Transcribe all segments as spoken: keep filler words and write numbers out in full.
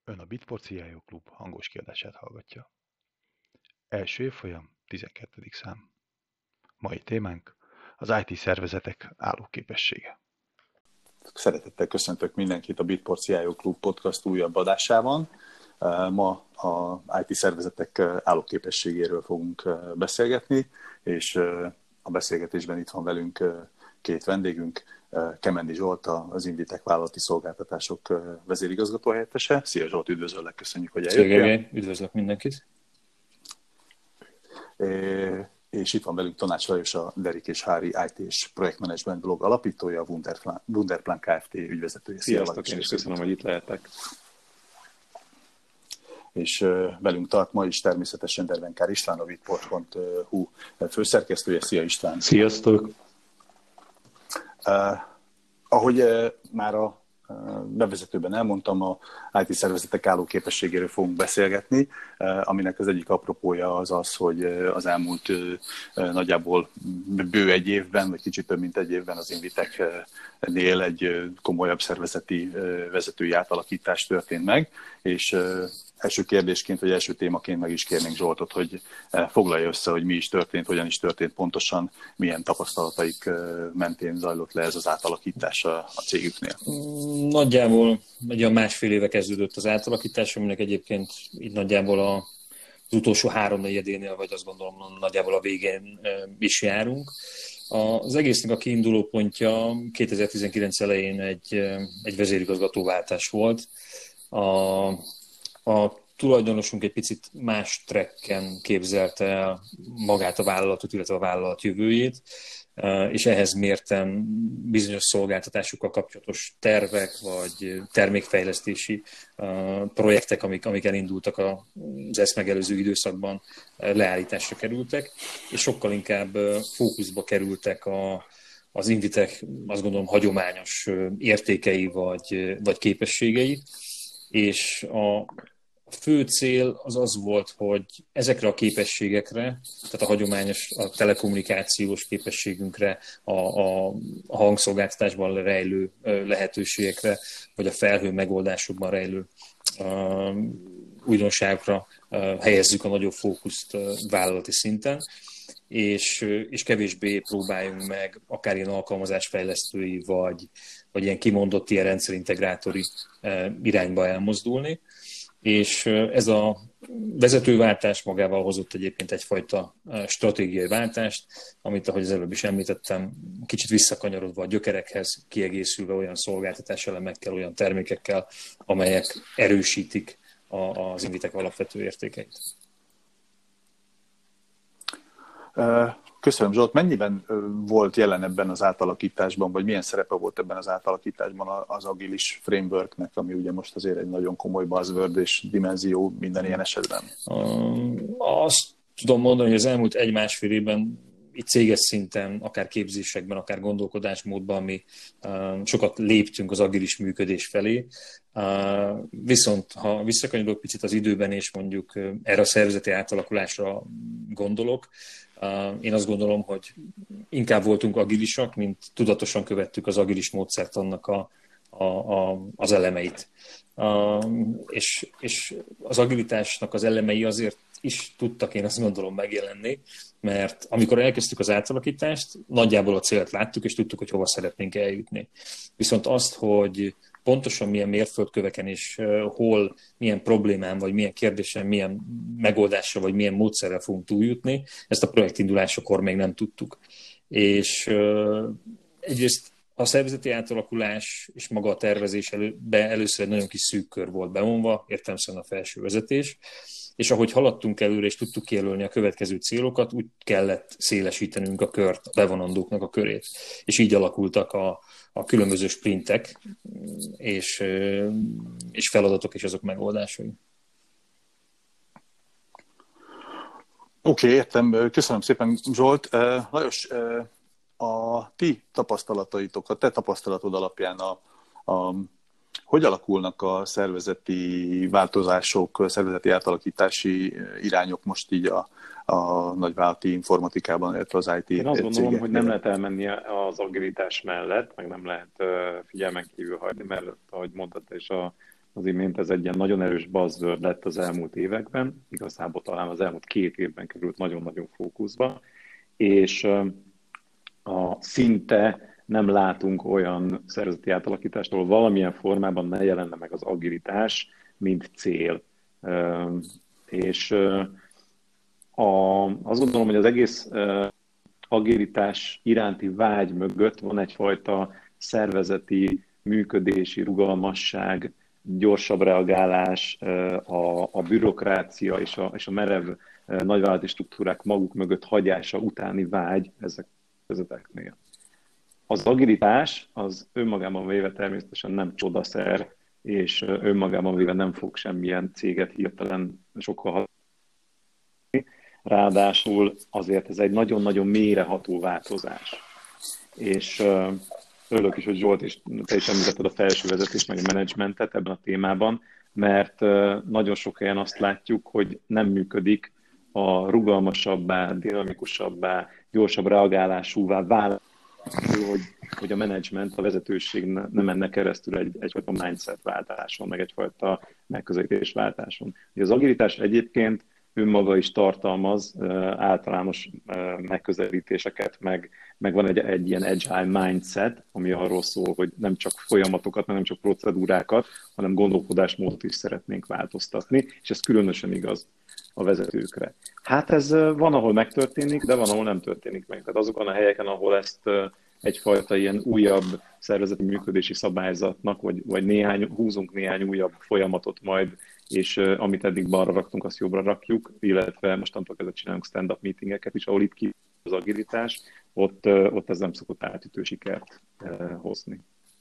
Ön a Bitport C I O Klub hangos kiadását hallgatja. Első évfolyam, tizenkettedik szám. Mai témánk az i té szervezetek állóképessége. Szeretettel köszöntök mindenkit a Bitport C I O Klub podcast újabb adásában. Ma a i té szervezetek állóképességéről fogunk beszélgetni, és a beszélgetésben itt van velünk két vendégünk, Kemendi Zsolt, az Invitek vállalati szolgáltatások vezérigazgató helyettese. Szia Zsolt, üdvözöllek, köszönjük, hogy eljöttél. Szia, üdvözlök mindenkit. É, és itt van velünk Tanács Lajos, a Derik és Hári i té és projektmenedzsment blog alapítója, a Wunderplan, Wunderplan Kft. Ügyvezetője. Sziasztok, én is köszönöm, hogy itt lehetek. És uh, velünk tart ma is természetesen Dervenkár István, a bitport pont hu főszerkesztője. Szia István! Sziasztok! Uh, ahogy uh, már a bevezetőben elmondtam, a i té szervezetek állóképességéről fogunk beszélgetni, aminek az egyik apropója az az, hogy az elmúlt nagyjából bő egy évben, vagy kicsit több mint egy évben az Inviteknél egy komolyabb szervezeti vezetői átalakítás történt meg, és első kérdésként, vagy első témaként meg is kérnénk Zsoltot, hogy foglalja össze, hogy mi is történt, hogyan is történt pontosan, milyen tapasztalataik mentén zajlott le ez az átalakítás a cégüknél. Nagyjából egy olyan másfél éve kezdődött az átalakítás, aminek egyébként így nagyjából a, az utolsó háromnegyedénél, vagy azt gondolom nagyjából a végén is járunk. Az egésznek a kiinduló pontja kétezer-tizenkilenc elején egy, egy vezérigazgatóváltás volt. A A tulajdonosunk egy picit más trekken képzelte el magát a vállalatot, illetve a vállalat jövőjét, és ehhez mérten bizonyos szolgáltatásokkal kapcsolatos tervek, vagy termékfejlesztési projektek, amik, amik elindultak az ezt megelőző időszakban, leállításra kerültek, és sokkal inkább fókuszba kerültek a, az Invitek, azt gondolom, hagyományos értékei vagy, vagy képességei, és a A fő cél az az volt, hogy ezekre a képességekre, tehát a hagyományos a telekommunikációs képességünkre, a, a, a hangszolgáltatásban rejlő lehetőségekre, vagy a felhő megoldásokban rejlő uh, újdonságokra uh, helyezzük a nagyobb fókuszt uh, vállalati szinten, és, és kevésbé próbáljunk meg akár ilyen alkalmazásfejlesztői, vagy, vagy ilyen kimondott ilyen rendszerintegrátori uh, irányba elmozdulni. És ez a vezetőváltás magával hozott egyébként egyfajta stratégiai váltást, amit, ahogy az előbb is említettem, kicsit visszakanyarodva a gyökerekhez, kiegészülve olyan szolgáltatáselemekkel, olyan termékekkel, amelyek erősítik az Invitek alapvető értékeit. Köszönöm, Zsolt. Mennyiben volt jelen ebben az átalakításban, vagy milyen szerepe volt ebben az átalakításban az agilis frameworknek, ami ugye most azért egy nagyon komoly buzzword és dimenzió minden ilyen esetben? Azt tudom mondani, hogy az elmúlt egy-másfél évben itt céges szinten, akár képzésekben, akár gondolkodásmódban mi sokat léptünk az agilis működés felé. Viszont ha visszakanyarodok picit az időben, és mondjuk erre a szervezeti átalakulásra gondolok, én azt gondolom, hogy inkább voltunk agilisak, mint tudatosan követtük az agilis módszertannak a, a, a, az elemeit. És, és az agilitásnak az elemei azért is tudtak, én azt gondolom, megjelenni, mert amikor elkezdtük az átalakítást, nagyjából a célt láttuk, és tudtuk, hogy hova szeretnénk eljutni. Viszont azt, hogy pontosan milyen mérföldköveken és hol, milyen problémán, vagy milyen kérdésen, milyen megoldásra, vagy milyen módszerrel fogunk túljutni, ezt a projektindulásakor még nem tudtuk. És uh, egyrészt a szervezeti átalakulás és maga a tervezés előbe először egy nagyon kis szűk kör volt bevonva, értelemszerűen a felső vezetés, és ahogy haladtunk előre, és tudtuk kijelölni a következő célokat, úgy kellett szélesítenünk a kört, a bevonandóknak a körét. És így alakultak a, a különböző sprintek, és, és feladatok, és azok megoldásai. Oké, okay, értem. Köszönöm szépen, Zsolt. Lajos, a ti tapasztalataitok, a te tapasztalatod alapján a, a hogy alakulnak a szervezeti változások, szervezeti átalakítási irányok most így a, a nagyvállalati informatikában, illetve az i té Én azt gondolom, cégek? hogy nem lehet elmenni az agilitás mellett, meg nem lehet figyelmen kívül hagyni mellett, ahogy mondtad, és a az imént, ez egy ilyen nagyon erős buzzword lett az elmúlt években, igazából talán az elmúlt két évben került nagyon-nagyon fókuszba, és a, szinte nem látunk olyan szervezeti átalakítást, ahol valamilyen formában ne jelenne meg az agilitás, mint cél. És a, azt gondolom, hogy az egész agilitás iránti vágy mögött van egyfajta szervezeti, működési rugalmasság, gyorsabb reagálás, a, a bürokrácia és a, és a merev nagyvállalati struktúrák maguk mögött hagyása utáni vágy ezek vezeteknél. Az agilitás az önmagában véve természetesen nem csodaszer, és önmagában véve nem fog semmilyen céget hirtelen sokkal hatni. Ráadásul azért ez egy nagyon-nagyon mélyreható változás. És uh, örülök is, hogy Zsolt is, te is említetted a felső vezetést, meg a menedzsmentet ebben a témában, mert uh, nagyon sok helyen azt látjuk, hogy nem működik a rugalmasabbá, dinamikusabbá, gyorsabb reagálásúvá vált, hogy, hogy a menedzsment, a vezetőség ne, ne menne keresztül egy, egyfajta mindset váltáson, meg egyfajta megközelítés váltáson. Az agilitás egyébként önmaga is tartalmaz uh, általános uh, megközelítéseket, meg, meg van egy, egy ilyen agile mindset, ami arról szól, hogy nem csak folyamatokat, nem csak procedúrákat, hanem gondolkodásmódot is szeretnénk változtatni, és ez különösen igaz a vezetőkre. Hát ez uh, van, ahol megtörténik, de van, ahol nem történik meg. Tehát azokon a helyeken, ahol ezt uh, egyfajta ilyen újabb szervezeti működési szabályzatnak, vagy, vagy néhány, húzunk néhány újabb folyamatot majd, és uh, amit eddig balra raktunk, azt jobbra rakjuk, illetve mostantól kezdve csinálunk stand-up meetingeket is, ahol itt ki az agilitás, ott, uh, ott ez nem szokott átütő sikert uh, hozni.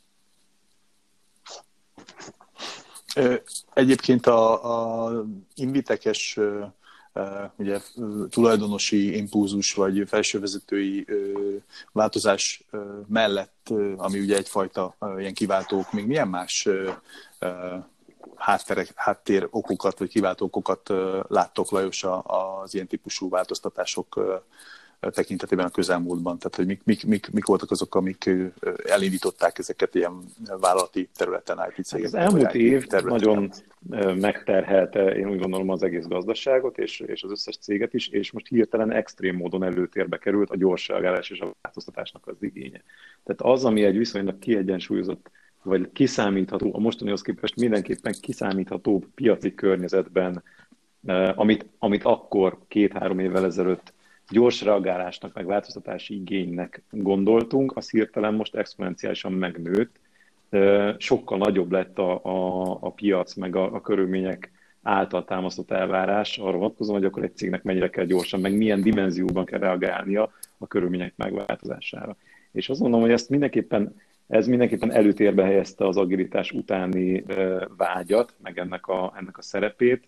Egyébként a, a Invitekes ugye, tulajdonosi impulzus vagy felsővezetői változás mellett, ami ugye egyfajta ilyen kiváltók, még milyen más hátterek, háttér okokat vagy kiváltó okokat láttok, Lajos, az ilyen típusú változtatások tekintetében a közelmúltban? Tehát, hogy mik, mik, mik, mik voltak azok, amik elindították ezeket ilyen vállalati területen, í té cégek? Az elmúlt év nagyon megterhelte, én úgy gondolom, az egész gazdaságot és, és az összes céget is, és most hirtelen extrém módon előtérbe került a gyors reagálás és a változtatásnak az igénye. Tehát az, ami egy viszonylag kiegyensúlyozott, vagy kiszámítható, a mostanihoz képest mindenképpen kiszámíthatóbb piaci környezetben, amit, amit akkor két-három évvel ezelőtt gyors reagálásnak, meg változtatási igénynek gondoltunk, az hirtelen most exponenciálisan megnőtt. Sokkal nagyobb lett a, a, a piac, meg a, a körülmények által támasztott elvárás arra vonatkozóan, hogy akkor egy cégnek mennyire kell gyorsan, meg milyen dimenzióban kell reagálnia a körülmények megváltozására. És azt mondom, hogy ezt mindenképpen, ez mindenképpen előtérbe helyezte az agilitás utáni vágyat, meg ennek a, ennek a szerepét.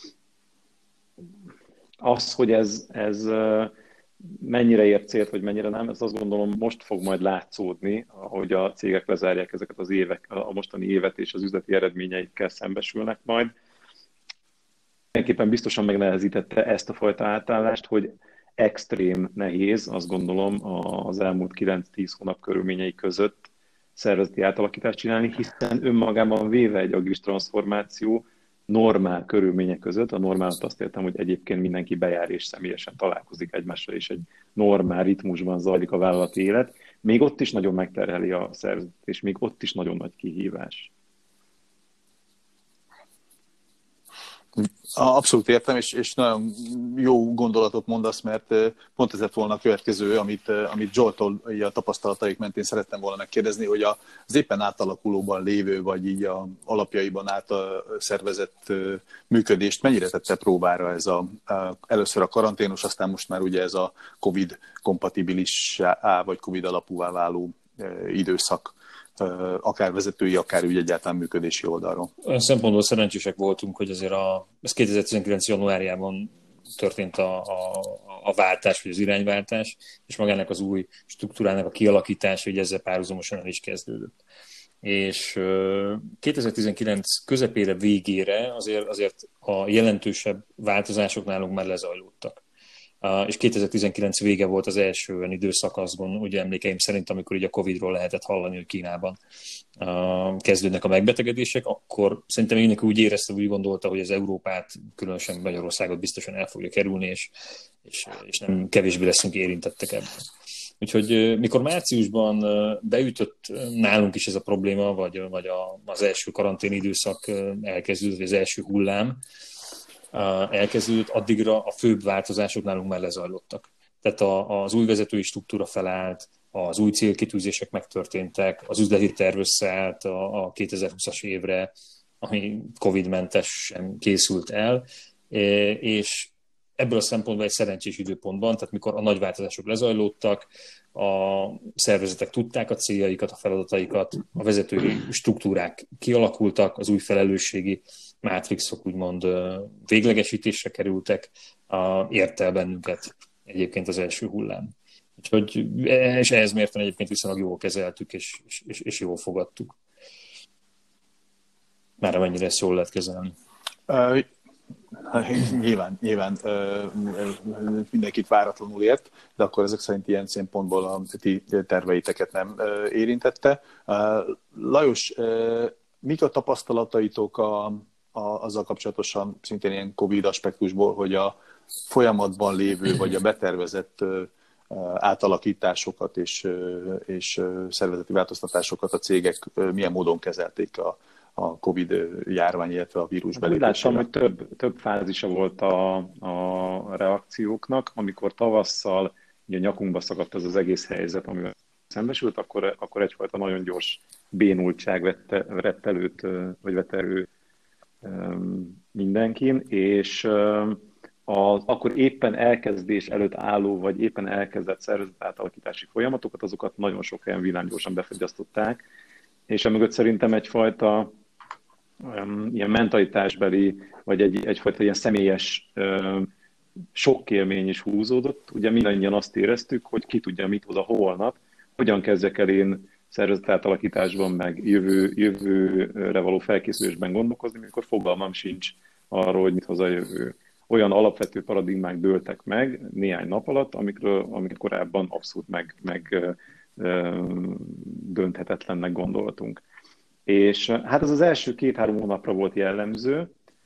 Az, hogy ez, ez mennyire ért célt, vagy mennyire nem, ezt azt gondolom most fog majd látszódni, ahogy a cégek lezárják ezeket az évek, a mostani évet és az üzleti eredményeikkel szembesülnek majd. Mindenképpen biztosan megnehezítette ezt a fajta átállást, hogy extrém nehéz, azt gondolom, az elmúlt kilenc-tíz hónap körülményei között szervezeti átalakítást csinálni, hiszen önmagában véve egy agilis transformáció normál körülmények között, a normálat azt értem, hogy egyébként mindenki bejár és személyesen találkozik egymással, és egy normál ritmusban zajlik a vállalati élet, még ott is nagyon megterheli a szervezetet, és még ott is nagyon nagy kihívás. Abszolút értem, és, és nagyon jó gondolatot mondasz, mert pont ez lett volna a következő, amit, amit Zsoltól a tapasztalataik mentén szerettem volna megkérdezni, hogy az éppen átalakulóban lévő, vagy így a alapjaiban átszervezett működést mennyire tette próbára ez a, először a karanténos, aztán most már ugye ez a Covid-kompatibilissá, vagy Covid alapúvá váló időszak, akár vezetői, akár úgy egyáltalán működési oldalról. Olyan szempontból szerencsések voltunk, hogy azért a, ez kétezer-tizenkilenc januárjában történt a, a, a váltás, vagy az irányváltás, és magának az új struktúrának a kialakítása, hogy ezzel párhuzamosan el is kezdődött. És kétezer-tizenkilenc közepére, végére azért, azért a jelentősebb változások nálunk már lezajlódtak. és kétezer-tizenkilenc vége volt az első olyan időszakaszban, ugye emlékeim szerint, amikor ugye a Covidról lehetett hallani, hogy Kínában kezdődnek a megbetegedések, akkor szerintem mindenki úgy érezte, úgy gondolta, hogy az Európát, különösen Magyarországot biztosan el fogja kerülni, és, és, és nem kevésbé leszünk érintettek ebben. Úgyhogy mikor márciusban beütött nálunk is ez a probléma, vagy, vagy a, az első karantén időszak elkezdődött, vagy az első hullám elkezdődött, addigra a főbb változások nálunk már lezajlottak. Tehát a, az új vezetői struktúra felállt, az új célkitűzések megtörténtek, az üzleti terv összeállt a, a kétezer-húszas évre, ami Covid-mentesen készült el, és ebből a szempontból egy szerencsés időpontban, tehát mikor a nagy változások lezajlódtak, a szervezetek tudták a céljaikat, a feladataikat, a vezetői struktúrák kialakultak, az új felelősségi mátrixok úgymond véglegesítésre kerültek, ért el bennünket egyébként az első hullám. Úgyhogy, és ehhez mérten egyébként viszonylag jól kezeltük, és, és, és jól fogadtuk. Már amennyire ezt jól lehet kezelni. Uh, nyilván, nyilván uh, mindenkit váratlanul ért, de akkor ezek szerint ilyen szempontból a ti terveiteket nem uh, érintette. Uh, Lajos, uh, mik a tapasztalataitok a, a, azzal kapcsolatosan, szintén ilyen Covid aspektusból, hogy a folyamatban lévő, vagy a betervezett uh, átalakításokat és, és szervezeti változtatásokat a cégek milyen módon kezelték a, a Covid járvány, illetve a vírus belépésére? Láttam, hogy több, több fázisa volt a, a reakcióknak. Amikor tavasszal ugye nyakunkba szakadt az az egész helyzet, amivel szembesült, akkor, akkor egyfajta nagyon gyors bénultság vette, vett előtt, vagy vett elő mindenkin, és az akkor éppen elkezdés előtt álló, vagy éppen elkezdett szervezetátalakítási folyamatokat, azokat nagyon sok helyen villámgyorsan befagyasztották, és emögött szerintem egyfajta um, ilyen mentalitásbeli, vagy egy, egyfajta ilyen személyes um, sokkélmény is húzódott. Ugye mindannyian azt éreztük, hogy ki tudja, mit hoz a holnap, hogyan kezdjek el én szervezetátalakításban, meg jövő, jövőre való felkészülésben gondolkozni, mikor fogalmam sincs arról, hogy mit hoz a jövő. Olyan alapvető paradigmák dőltek meg néhány nap alatt, amikről, amik korábban abszolút meg, meg dönthetetlennek gondoltunk. És hát ez az első két-három hónapra volt jellemző,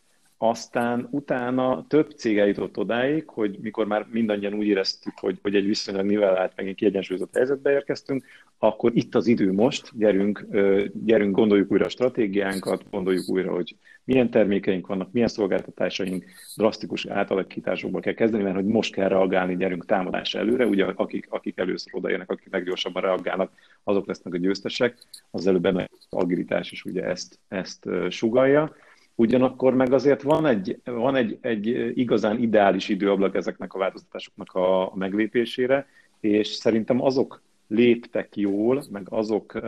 aztán utána több cég eljutott odáig, hogy mikor már mindannyian úgy éreztük, hogy, hogy egy viszonylag nivellált, meg egy kiegyensúlyozott helyzetbe érkeztünk, akkor itt az idő most, gyerünk, gyerünk, gondoljuk újra a stratégiánkat, gondoljuk újra, hogy milyen termékeink vannak, milyen szolgáltatásaink, drasztikus átalakításokból kell kezdeni, mert hogy most kell reagálni, gyerünk támadásra előre, ugye akik, akik először odajönnek, akik leggyorsabban reagálnak, azok lesznek a győztesek, az előbb benne az agilitás is ugye ezt, ezt sugallja. Ugyanakkor meg azért van egy, van egy, egy igazán ideális időablak ezeknek a változtatásoknak a, a meglépésére, és szerintem azok léptek jól, meg azok,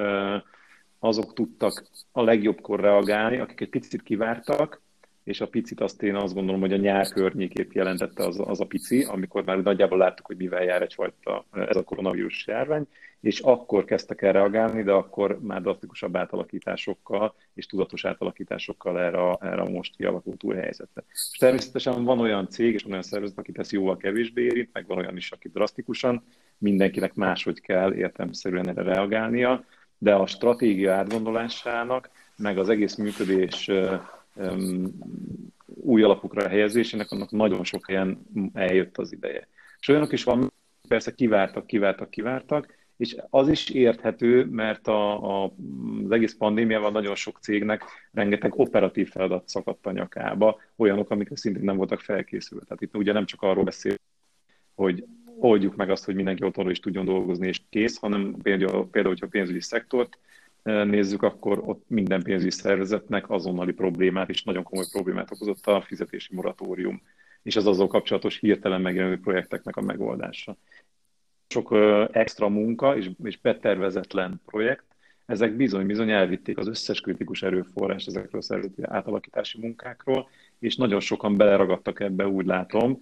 azok tudtak a legjobbkor reagálni, akik egy picit kivártak, és a picit azt én azt gondolom, hogy a nyár környékét jelentette az, az a pici, amikor már nagyjából láttuk, hogy mivel jár egyfajta ez a koronavírus járvány, és akkor kezdtek el reagálni, de akkor már drasztikusabb átalakításokkal és tudatos átalakításokkal erre a, erre a most kialakult új helyzetre. És természetesen van olyan cég és olyan szervezet, akit ezt jóval kevésbé érint, meg van olyan is, aki drasztikusan, mindenkinek máshogy kell értelemszerűen erre reagálnia, de a stratégia átgondolásának, meg az egész működés um, új alapokra helyezésének, annak nagyon sok helyen eljött az ideje. És olyanok is van, persze kivártak, kivártak, kivártak, és az is érthető, mert a, a, az egész pandémiával nagyon sok cégnek rengeteg operatív feladat szakadt a nyakába, olyanok, amikre szintén nem voltak felkészülve. Tehát itt ugye nem csak arról beszél, hogy oldjuk meg azt, hogy mindenki otthonról is tudjon dolgozni és kész, hanem például, például hogyha a pénzügyi szektort nézzük, akkor ott minden pénzügyi szervezetnek azonnali problémát és nagyon komoly problémát okozott a fizetési moratórium, és az azzal kapcsolatos hirtelen megjelenő projekteknek a megoldása. Sok extra munka és, és betervezetlen projekt, ezek bizony-bizony elvitték az összes kritikus erőforrás ezekről a szervezeti átalakítási munkákról, és nagyon sokan beleragadtak ebbe, úgy látom.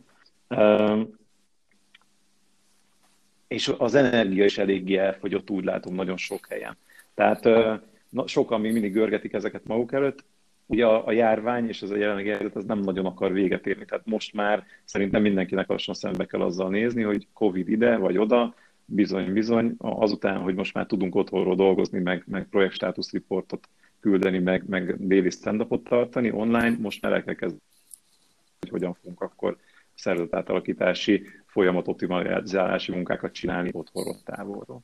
És az energia is eléggé elfogyott, úgy látom, nagyon sok helyen. Tehát na, sokan még mindig görgetik ezeket maguk előtt. ugye a, a járvány és ez a jelenlegi helyzet az nem nagyon akar véget érni. Tehát most már szerintem mindenkinek lassan szembe kell azzal nézni, hogy Covid ide vagy oda, bizony-bizony, azután, hogy most már tudunk otthonról dolgozni, meg, meg projekt státusz reportot küldeni, meg, meg déli stand-upot tartani online, most már el kell kezdeni, hogy hogyan fogunk akkor szervezetátalakítási folyamat optimalizálási munkákat csinálni otthonról, távolról.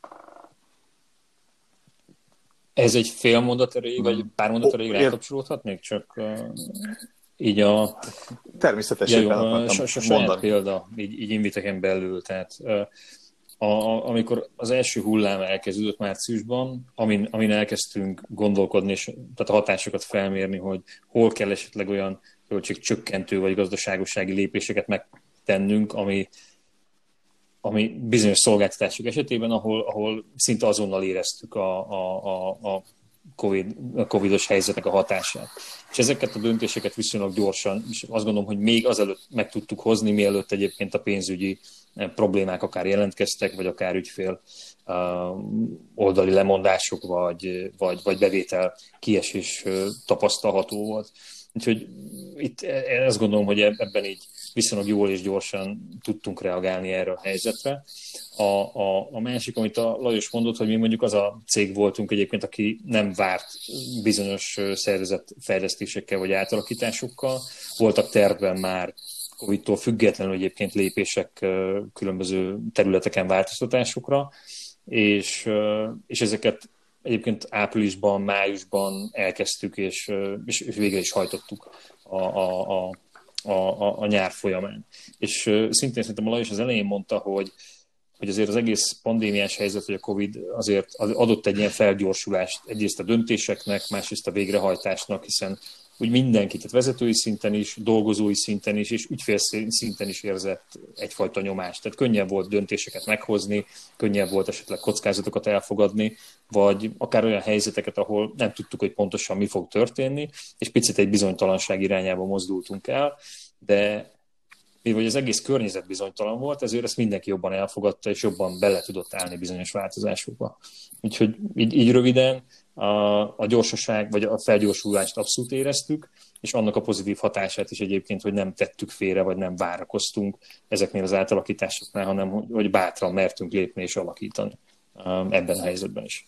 Ez egy fél mondat erejéig, vagy pár mondat erejéig rákapcsolódhatnék? Csak uh, így a... Természetesen ja, a saját példa, így, így inviteken belül. Tehát uh, a, a, amikor az első hullám elkezdődött márciusban, amin, amin elkezdtünk gondolkodni, és tehát a hatásokat felmérni, hogy hol kell esetleg olyan költségcsökkentő vagy gazdaságossági lépéseket megtennünk, ami, ami bizonyos szolgáltatások esetében, ahol, ahol szinte azonnal éreztük a, a, a, a, COVID, a covidos helyzetnek a hatását. És ezeket a döntéseket viszonylag gyorsan, és azt gondolom, hogy még azelőtt meg tudtuk hozni, mielőtt egyébként a pénzügyi problémák akár jelentkeztek, vagy akár ügyfél uh, oldali lemondások, vagy, vagy, vagy bevétel kiesés uh, tapasztalható volt. Úgyhogy itt azt gondolom, hogy ebben így viszonylag jól és gyorsan tudtunk reagálni erre a helyzetre. A, a, a másik, amit a Lajos mondott, hogy mi mondjuk az a cég voltunk egyébként, aki nem várt bizonyos szervezett fejlesztésekkel vagy átalakításokkal. Voltak tervben már Covid-tól függetlenül egyébként lépések különböző területeken változtatásokra, és, és ezeket egyébként áprilisban, májusban elkezdtük, és, és végre is hajtottuk a, a, a, a, a nyár folyamán. És szintén szerintem a Lajos az elején mondta, hogy, hogy azért az egész pandémiás helyzet, hogy a Covid azért adott egy ilyen felgyorsulást egyrészt a döntéseknek, másrészt a végrehajtásnak, hiszen úgy mindenki, tehát vezetői szinten is, dolgozói szinten is, és ügyfél szinten is érzett egyfajta nyomást. Tehát könnyebb volt döntéseket meghozni, könnyebb volt esetleg kockázatokat elfogadni, vagy akár olyan helyzeteket, ahol nem tudtuk, hogy pontosan mi fog történni, és picit egy bizonytalanság irányába mozdultunk el, de mivel az egész környezet bizonytalan volt, ezért ezt mindenki jobban elfogadta, és jobban bele tudott állni bizonyos változásokba. Úgyhogy így, így röviden a, a gyorsaság, vagy a felgyorsulást abszolút éreztük, és annak a pozitív hatását is egyébként, hogy nem tettük félre, vagy nem várakoztunk ezeknél az átalakításoknál, hanem hogy, hogy bátran mertünk lépni és alakítani ebben a helyzetben is.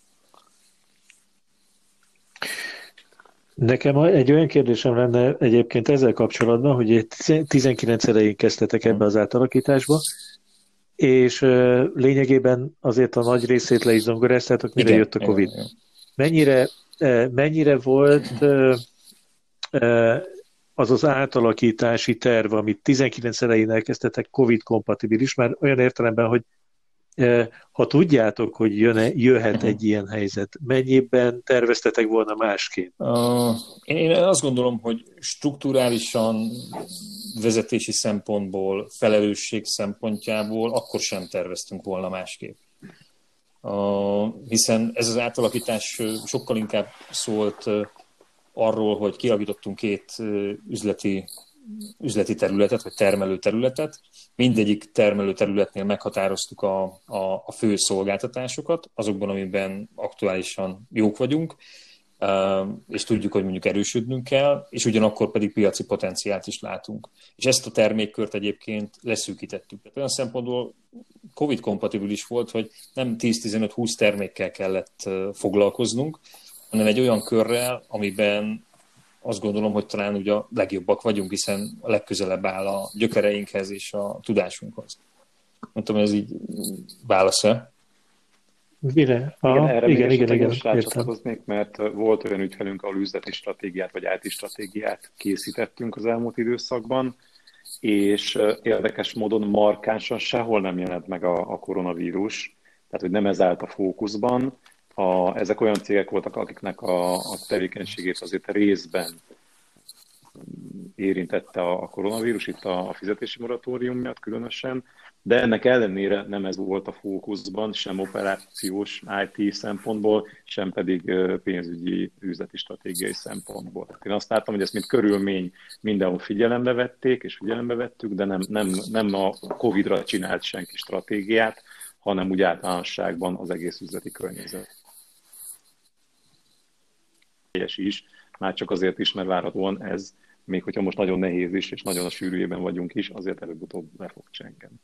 Nekem egy olyan kérdésem lenne egyébként ezzel kapcsolatban, hogy tizenkilenc elején kezdtetek ebbe az átalakításba, és lényegében azért a nagy részét le is zongoráztátok, mire igen, jött a Covid. Igen, igen. Mennyire, mennyire volt az az átalakítási terv, amit tizenkilenc elején elkezdtetek, Covid-kompatibilis, már olyan értelemben, hogy ha tudjátok, hogy jön, jöhet egy ilyen helyzet, mennyiben terveztetek volna másképp? Uh, én azt gondolom, hogy strukturálisan, vezetési szempontból, felelősség szempontjából akkor sem terveztünk volna másképp. Uh, hiszen ez az átalakítás sokkal inkább szólt arról, hogy kialakítottunk két üzleti üzleti területet, vagy termelő területet. Mindegyik termelő területnél meghatároztuk a, a, a fő szolgáltatásokat, azokban, amiben aktuálisan jók vagyunk, és tudjuk, hogy mondjuk erősödnünk kell, és ugyanakkor pedig piaci potenciált is látunk. És ezt a termékkört egyébként leszűkítettük. Tehát olyan szempontból Covid-kompatibilis volt, hogy nem tíz-tizenöt-húsz termékkel kellett foglalkoznunk, hanem egy olyan körrel, amiben azt gondolom, hogy talán ugye a legjobbak vagyunk, hiszen a legközelebb áll a gyökereinkhez és a tudásunkhoz. Nem tudom, ez így válasz-e? Mire? Ah, igen, erre igen, igen, igen, rácsatlakoznék, mert volt olyan ügyfelünk, ahol üzleti stratégiát vagy í té stratégiát készítettünk az elmúlt időszakban, és érdekes módon markánsan sehol nem jelent meg a, a koronavírus, tehát hogy nem ez állt a fókuszban. A, ezek olyan cégek voltak, akiknek a, a tevékenységét azért részben érintette a, a koronavírus, itt a, a fizetési moratórium miatt különösen, de ennek ellenére nem ez volt a fókuszban, sem operációs í té szempontból, sem pedig pénzügyi üzleti stratégiai szempontból. Tehát én azt láttam, hogy ezt mint körülmény mindenhol figyelembe vették, és figyelembe vettük, de nem, nem, nem a Covid-ra csinált senki stratégiát, hanem úgy általánosságban az egész üzleti környezet is, Már csak azért is, mert várhatóan ez, még hogyha most nagyon nehéz is, és nagyon a sűrűjében vagyunk is, azért előbb-utóbb le fog csengeni.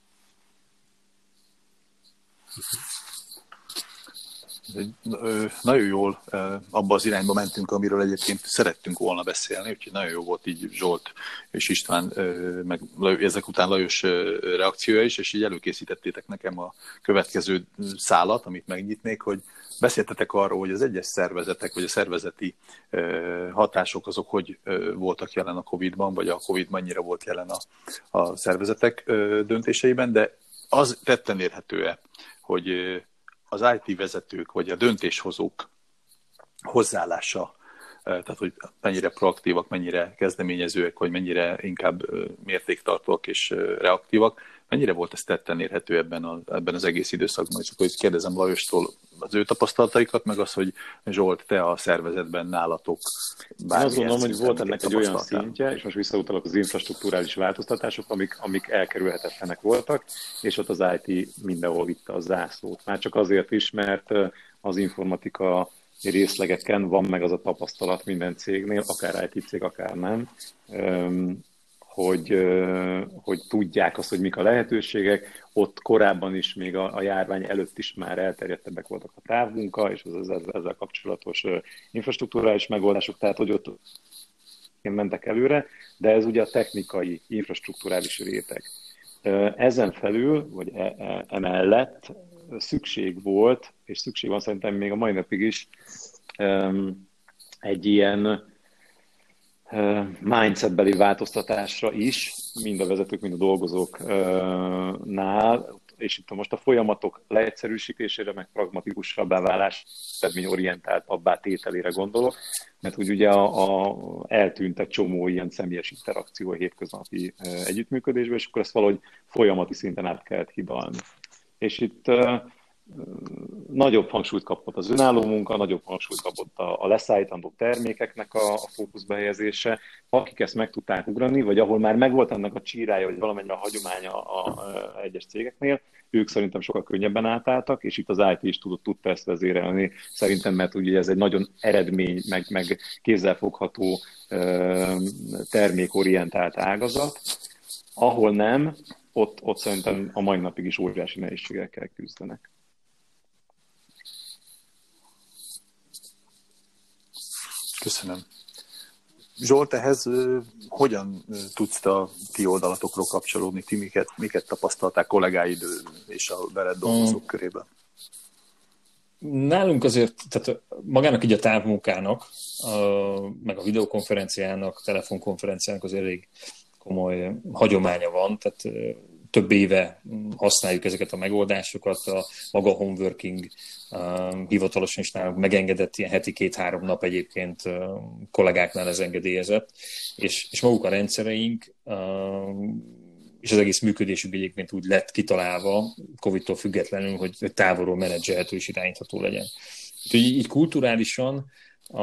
Nagyon jól abba az irányba mentünk, amiről egyébként szerettünk volna beszélni, úgyhogy nagyon jó volt így Zsolt és István, meg ezek után Lajos reakciója is, és így előkészítettétek nekem a következő szálat, amit megnyitnék, hogy beszéltetek arról, hogy az egyes szervezetek, vagy a szervezeti hatások azok hogy voltak jelen a Covid-ban, vagy a Covid mennyire volt jelen a, a szervezetek döntéseiben, de az tetten érhető-e, hogy az i té vezetők, vagy a döntéshozók hozzáállása, tehát hogy mennyire proaktívak, mennyire kezdeményezőek, vagy mennyire inkább mértéktartóak és reaktívak, mennyire volt ez tetten érhető ebben, a, ebben az egész időszakban? És akkor kérdezem Lajostól az ő tapasztalataikat, meg az, hogy Zsolt, te a szervezetben nálatok Én azt gondolom, hogy volt ennek egy olyan szintje, és most visszautalok az infrastruktúrális változtatások, amik, amik elkerülhetetlenek voltak, és ott az i té mindenhol vitte a zászlót. Már csak azért is, mert az informatika részlegeken van meg az a tapasztalat minden cégnél, akár i té cég, akár nem, hogy, hogy tudják azt, hogy mik a lehetőségek. Ott korábban is, még a, a járvány előtt is már elterjedtebbek voltak a távmunka, és az ezzel, ezzel kapcsolatos infrastruktúrális megoldások, tehát hogy ott mentek előre, de ez ugye a technikai, infrastruktúrális réteg. Ezen felül, vagy e, e, emellett szükség volt, és szükség van szerintem még a mai napig is, egy ilyen mindsetbeli változtatásra is, mind a vezetők, mind a dolgozóknál, és itt most a folyamatok leegyszerűsítésére, meg pragmatikusabbá válás, eredményorientáltabbá tételére gondolok, mert úgy ugye a, a, eltűnt egy csomó ilyen személyes interakció a hétköznapi együttműködésben, és akkor ezt valahogy folyamati szinten át kellett hidalni. És itt nagyobb hangsúlyt kapott az önálló munka, nagyobb hangsúlyt kapott a, a leszállítandó termékeknek a, a fókuszba helyezése. Akik ezt meg tudták ugrani, vagy ahol már megvolt ennek a csírája, vagy valamennyire a hagyománya a, a, a egyes cégeknél, ők szerintem sokkal könnyebben átálltak, és itt az i té is tudott, tudta ezt vezérelni. Szerintem, mert ugye ez egy nagyon eredmény, meg, meg kézzelfogható termékorientált ágazat. Ahol nem, ott, ott szerintem a mai napig is óriási nehézségekkel küzdenek. Köszönöm. Zsolt, ehhez hogyan tudsz a ti oldalatokról kapcsolódni? Ti miket, miket tapasztalták kollégáid és a veled dolgozók körében? Nálunk azért, tehát magának így a távmunkának, meg a videokonferenciának, telefonkonferenciának az elég komoly hagyománya van, tehát több éve használjuk ezeket a megoldásokat, a maga homeworking uh, hivatalosan is nálunk megengedett, ilyen heti két-három nap egyébként uh, kollégáknál ez engedélyezett, és, és maguk a rendszereink uh, és az egész működésük egyébként úgy lett kitalálva, Covid-tól függetlenül, hogy távolról menedzselhető és irányítható legyen. Úgyhogy így kulturálisan a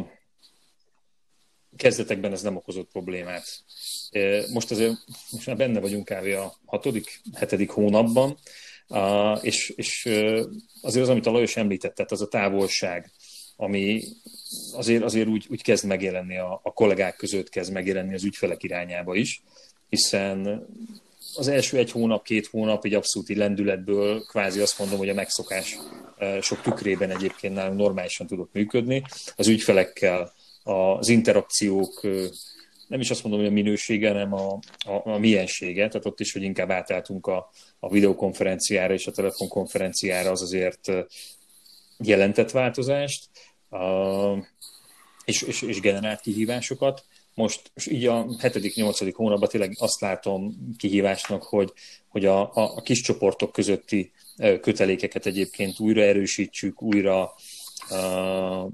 kezdetekben ez nem okozott problémát. Most azért most már benne vagyunk kb. A hatodik, hetedik hónapban, és, és azért az, amit a Lajos említett, tehát az a távolság, ami azért, azért úgy, úgy kezd megjelenni a, a kollégák között, kezd megjelenni az ügyfelek irányába is, hiszen az első egy hónap, két hónap egy abszolút lendületből kvázi azt mondom, hogy a megszokás sok tükrében egyébként nálunk normálisan tudott működni. Az ügyfelekkel az interakciók, nem is azt mondom, hogy a minősége, hanem a, a, a miensége, tehát ott is, hogy inkább átálltunk a, a videokonferenciára és a telefonkonferenciára, az azért jelentett változást, és, és, és generált kihívásokat. Most így a hetedik-nyolcadik hónapban tényleg azt látom kihívásnak, hogy, hogy a, a, a kis csoportok közötti kötelékeket egyébként újra erősítsük, újra uh,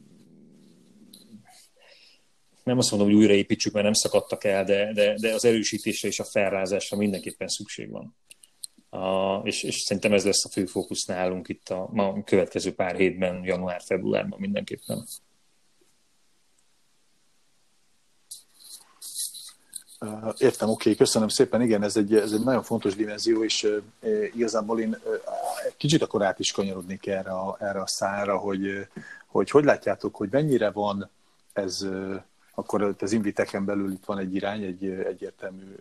nem azt mondom, hogy újraépítsük, mert nem szakadtak el, de, de, de az erősítésre és a felrázásra mindenképpen szükség van. Uh, és, és szerintem ez lesz a fő fókusz nálunk itt a, a következő pár hétben, január-februárban mindenképpen. Értem, oké, okay, köszönöm szépen. Igen, ez egy, ez egy nagyon fontos dimenzió, és uh, igazából én uh, kicsit akkor át is kanyarodnék erre a, erre a szára, hogy, hogy hogy látjátok, hogy mennyire van ez akkor az Inviteken belül itt van egy irány, egy egyértelmű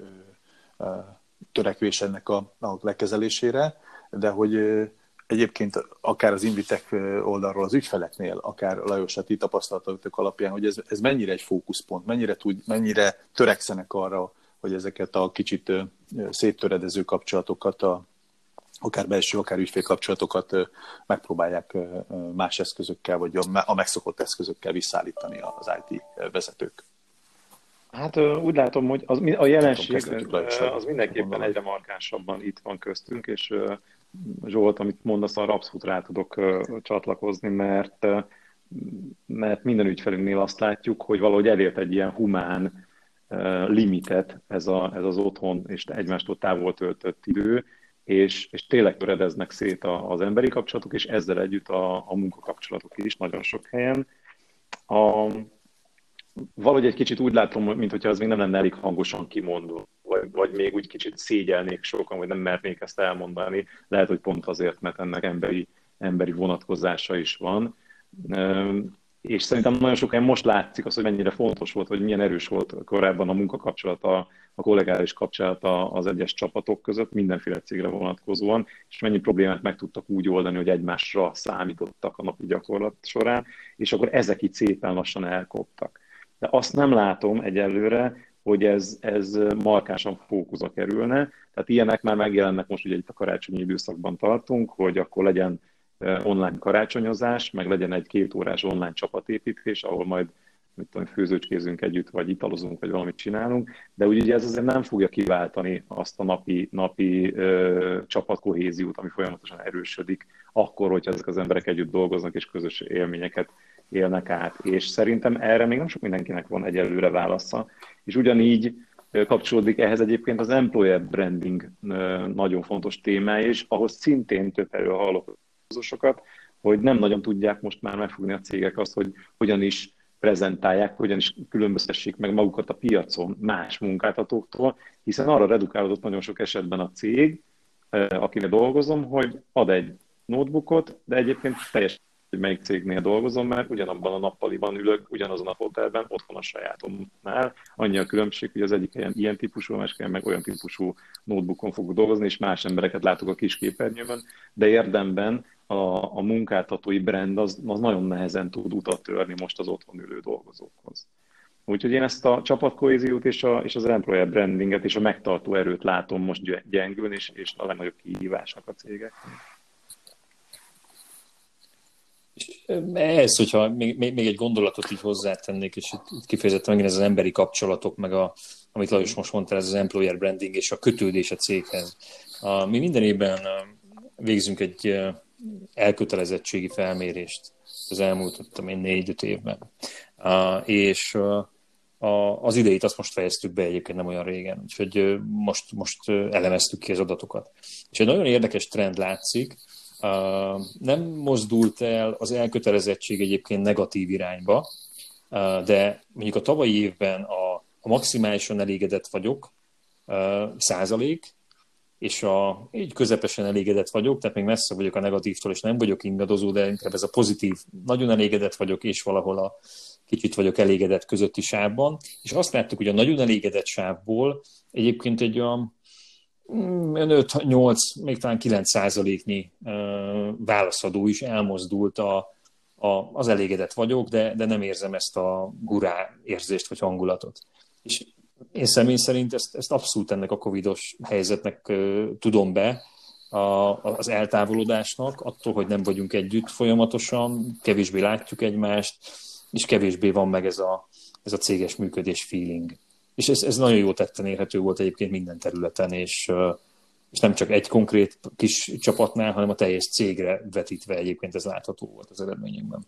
törekvés ennek a, a lekezelésére, de hogy egyébként akár az Invitek oldalról az ügyfeleknél, akár Lajos, a ti tapasztalatok alapján, hogy ez, ez mennyire egy fókuszpont, mennyire, tud, mennyire törekszenek arra, hogy ezeket a kicsit széttöredező kapcsolatokat, a, akár belső, akár ügyfélkapcsolatokat megpróbálják más eszközökkel, vagy a megszokott eszközökkel visszaállítani az i té vezetők. Hát úgy látom, hogy az, a jelenség az mindenképpen egyre markánsabban itt van köztünk, és Zsolt, amit mondasz, arra abszolút rá tudok csatlakozni, mert, mert minden ügyfelünknél azt látjuk, hogy valahogy elért egy ilyen humán limitet ez, a, ez az otthon és egymástól távol töltött idő, és, és tényleg töredeznek szét az emberi kapcsolatok, és ezzel együtt a, a munkakapcsolatok is nagyon sok helyen. A, valahogy egy kicsit úgy látom, mintha az még nem lenne elég hangosan kimondva, vagy, vagy még úgy kicsit szégyelnék sokan, vagy nem mernék ezt elmondani. Lehet, hogy pont azért, mert ennek emberi, emberi vonatkozása is van. És szerintem nagyon sok helyen most látszik az, hogy mennyire fontos volt, hogy milyen erős volt korábban a munkakapcsolata, a kollégális kapcsolata az egyes csapatok között, mindenféle cégre vonatkozóan, és mennyi problémát meg tudtak úgy oldani, hogy egymásra számítottak a napi gyakorlat során, és akkor ezek itt szépen lassan elkoptak. De azt nem látom egyelőre, hogy ez, ez markánsan fókuszba kerülne. Tehát ilyenek már megjelennek, most ugye itt a karácsonyi időszakban tartunk, hogy akkor legyen online karácsonyozás, meg legyen egy két órás online csapatépítés, ahol majd mit tudom, főzőcskézünk együtt, vagy italozunk, vagy valamit csinálunk, de ugye ez azért nem fogja kiváltani azt a napi, napi ö, csapatkohéziót, ami folyamatosan erősödik, akkor, hogyha ezek az emberek együtt dolgoznak, és közös élményeket élnek át. És szerintem erre még nem sok mindenkinek van egyelőre válasza. És ugyanígy kapcsolódik ehhez egyébként az employer branding nagyon fontos témája, és ahhoz szintén több erről hallok sokat, hogy nem nagyon tudják most már megfogni a cégek azt, hogy hogyan is prezentálják, hogyan is különböztessék meg magukat a piacon más munkáltatóktól, hiszen arra redukálódott nagyon sok esetben a cég, akivel dolgozom, hogy ad egy notebookot, de egyébként teljesen, hogy melyik cégnél dolgozom, mert ugyanabban a nappaliban ülök, ugyanazon a fotelben, otthon a sajátomnál. Annyi a különbség, hogy az egyik helyen ilyen típusú, a másik helyen meg olyan típusú notebookon fogok dolgozni, és más embereket látok a kis képernyőben, de érdemben a, a munkáltatói brand az, az nagyon nehezen tud utat törni most az otthon ülő dolgozókhoz. Úgyhogy én ezt a csapatkohéziót és, a, és az employer brandinget és a megtartó erőt látom most gyengülni, és, és a legnagyobb kihívásnak a cégeknek. Ehhez, hogyha még, még egy gondolatot így hozzátennék, és itt, itt kifejezetten megint ez az emberi kapcsolatok, meg a, amit Lajos most mondta, ez az employer branding és a kötődés a céghez. A, mi minden évben végzünk egy elkötelezettségi felmérést az elmúlt tudom én, négy-öt évben. A, és a, az idejét azt most fejeztük be egyébként nem olyan régen, úgyhogy most, most elemeztük ki az adatokat. És egy nagyon érdekes trend látszik, Uh, nem mozdult el az elkötelezettség egyébként negatív irányba, uh, de mondjuk a tavalyi évben a, a maximálisan elégedett vagyok uh, százalék, és a, így közepesen elégedett vagyok, tehát még messze vagyok a negatívtól, és nem vagyok ingadozó, de inkább ez a pozitív, nagyon elégedett vagyok, és valahol a kicsit vagyok elégedett közötti sávban. És azt láttuk, hogy a nagyon elégedett sávból egyébként egy olyan öt-nyolc, még talán kilenc százaléknyi válaszadó is elmozdult a, a, az elégedett vagyok, de, de nem érzem ezt a gurá érzést vagy hangulatot. És én személy szerint ezt, ezt abszolút ennek a covidos helyzetnek uh, tudom be, a, az eltávolodásnak, attól, hogy nem vagyunk együtt folyamatosan, kevésbé látjuk egymást, és kevésbé van meg ez a, ez a céges működés feeling. És ez, ez nagyon jó tetten érhető volt egyébként minden területen, és, és nem csak egy konkrét kis csapatnál, hanem a teljes cégre vetítve egyébként ez látható volt az eredményekben.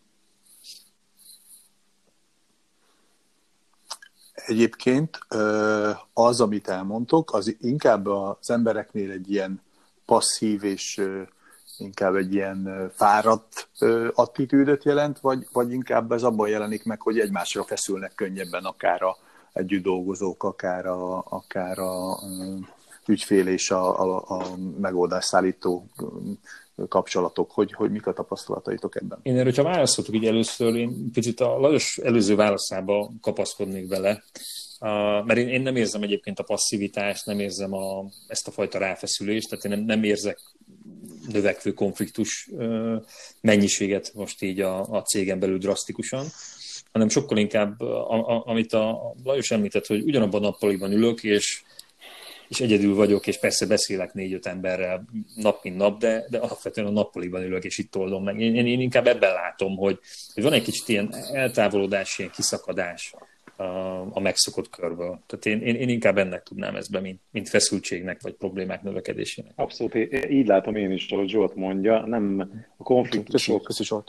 Egyébként az, amit elmondtok, az inkább az embereknél egy ilyen passzív és inkább egy ilyen fáradt attitűdöt jelent, vagy, vagy inkább ez abban jelenik meg, hogy egymásra feszülnek könnyebben akár a együtt dolgozók, akár a, akár a ügyfél és a, a, a megoldásszállító kapcsolatok, hogy, hogy mik a tapasztalataitok ebben? Én erről, ha válaszoltuk így először, én picit a Lajos előző válaszába kapaszkodnék bele, uh, mert én, én nem érzem egyébként a passzivitást, nem érzem a, ezt a fajta ráfeszülést, tehát én nem, nem érzek növekvő konfliktus uh, mennyiséget most így a, a cégen belül drasztikusan, hanem sokkal inkább, a, a, amit a Lajos említett, hogy ugyanabban a nappaliban ülök, és és egyedül vagyok, és persze beszélek négy-öt emberrel nap mint nap, de, de alapvetően a nappaliban ülök, és itt oldom meg. Én, én inkább ebben látom, hogy, hogy van egy kicsit ilyen eltávolodás, ilyen kiszakadás a, a megszokott körből. Tehát én, én, én inkább ennek tudnám ezt be, mint, mint feszültségnek, vagy problémák növekedésének. Abszolút, így látom én is, ahogy Zsolt mondja, nem a konfliktusok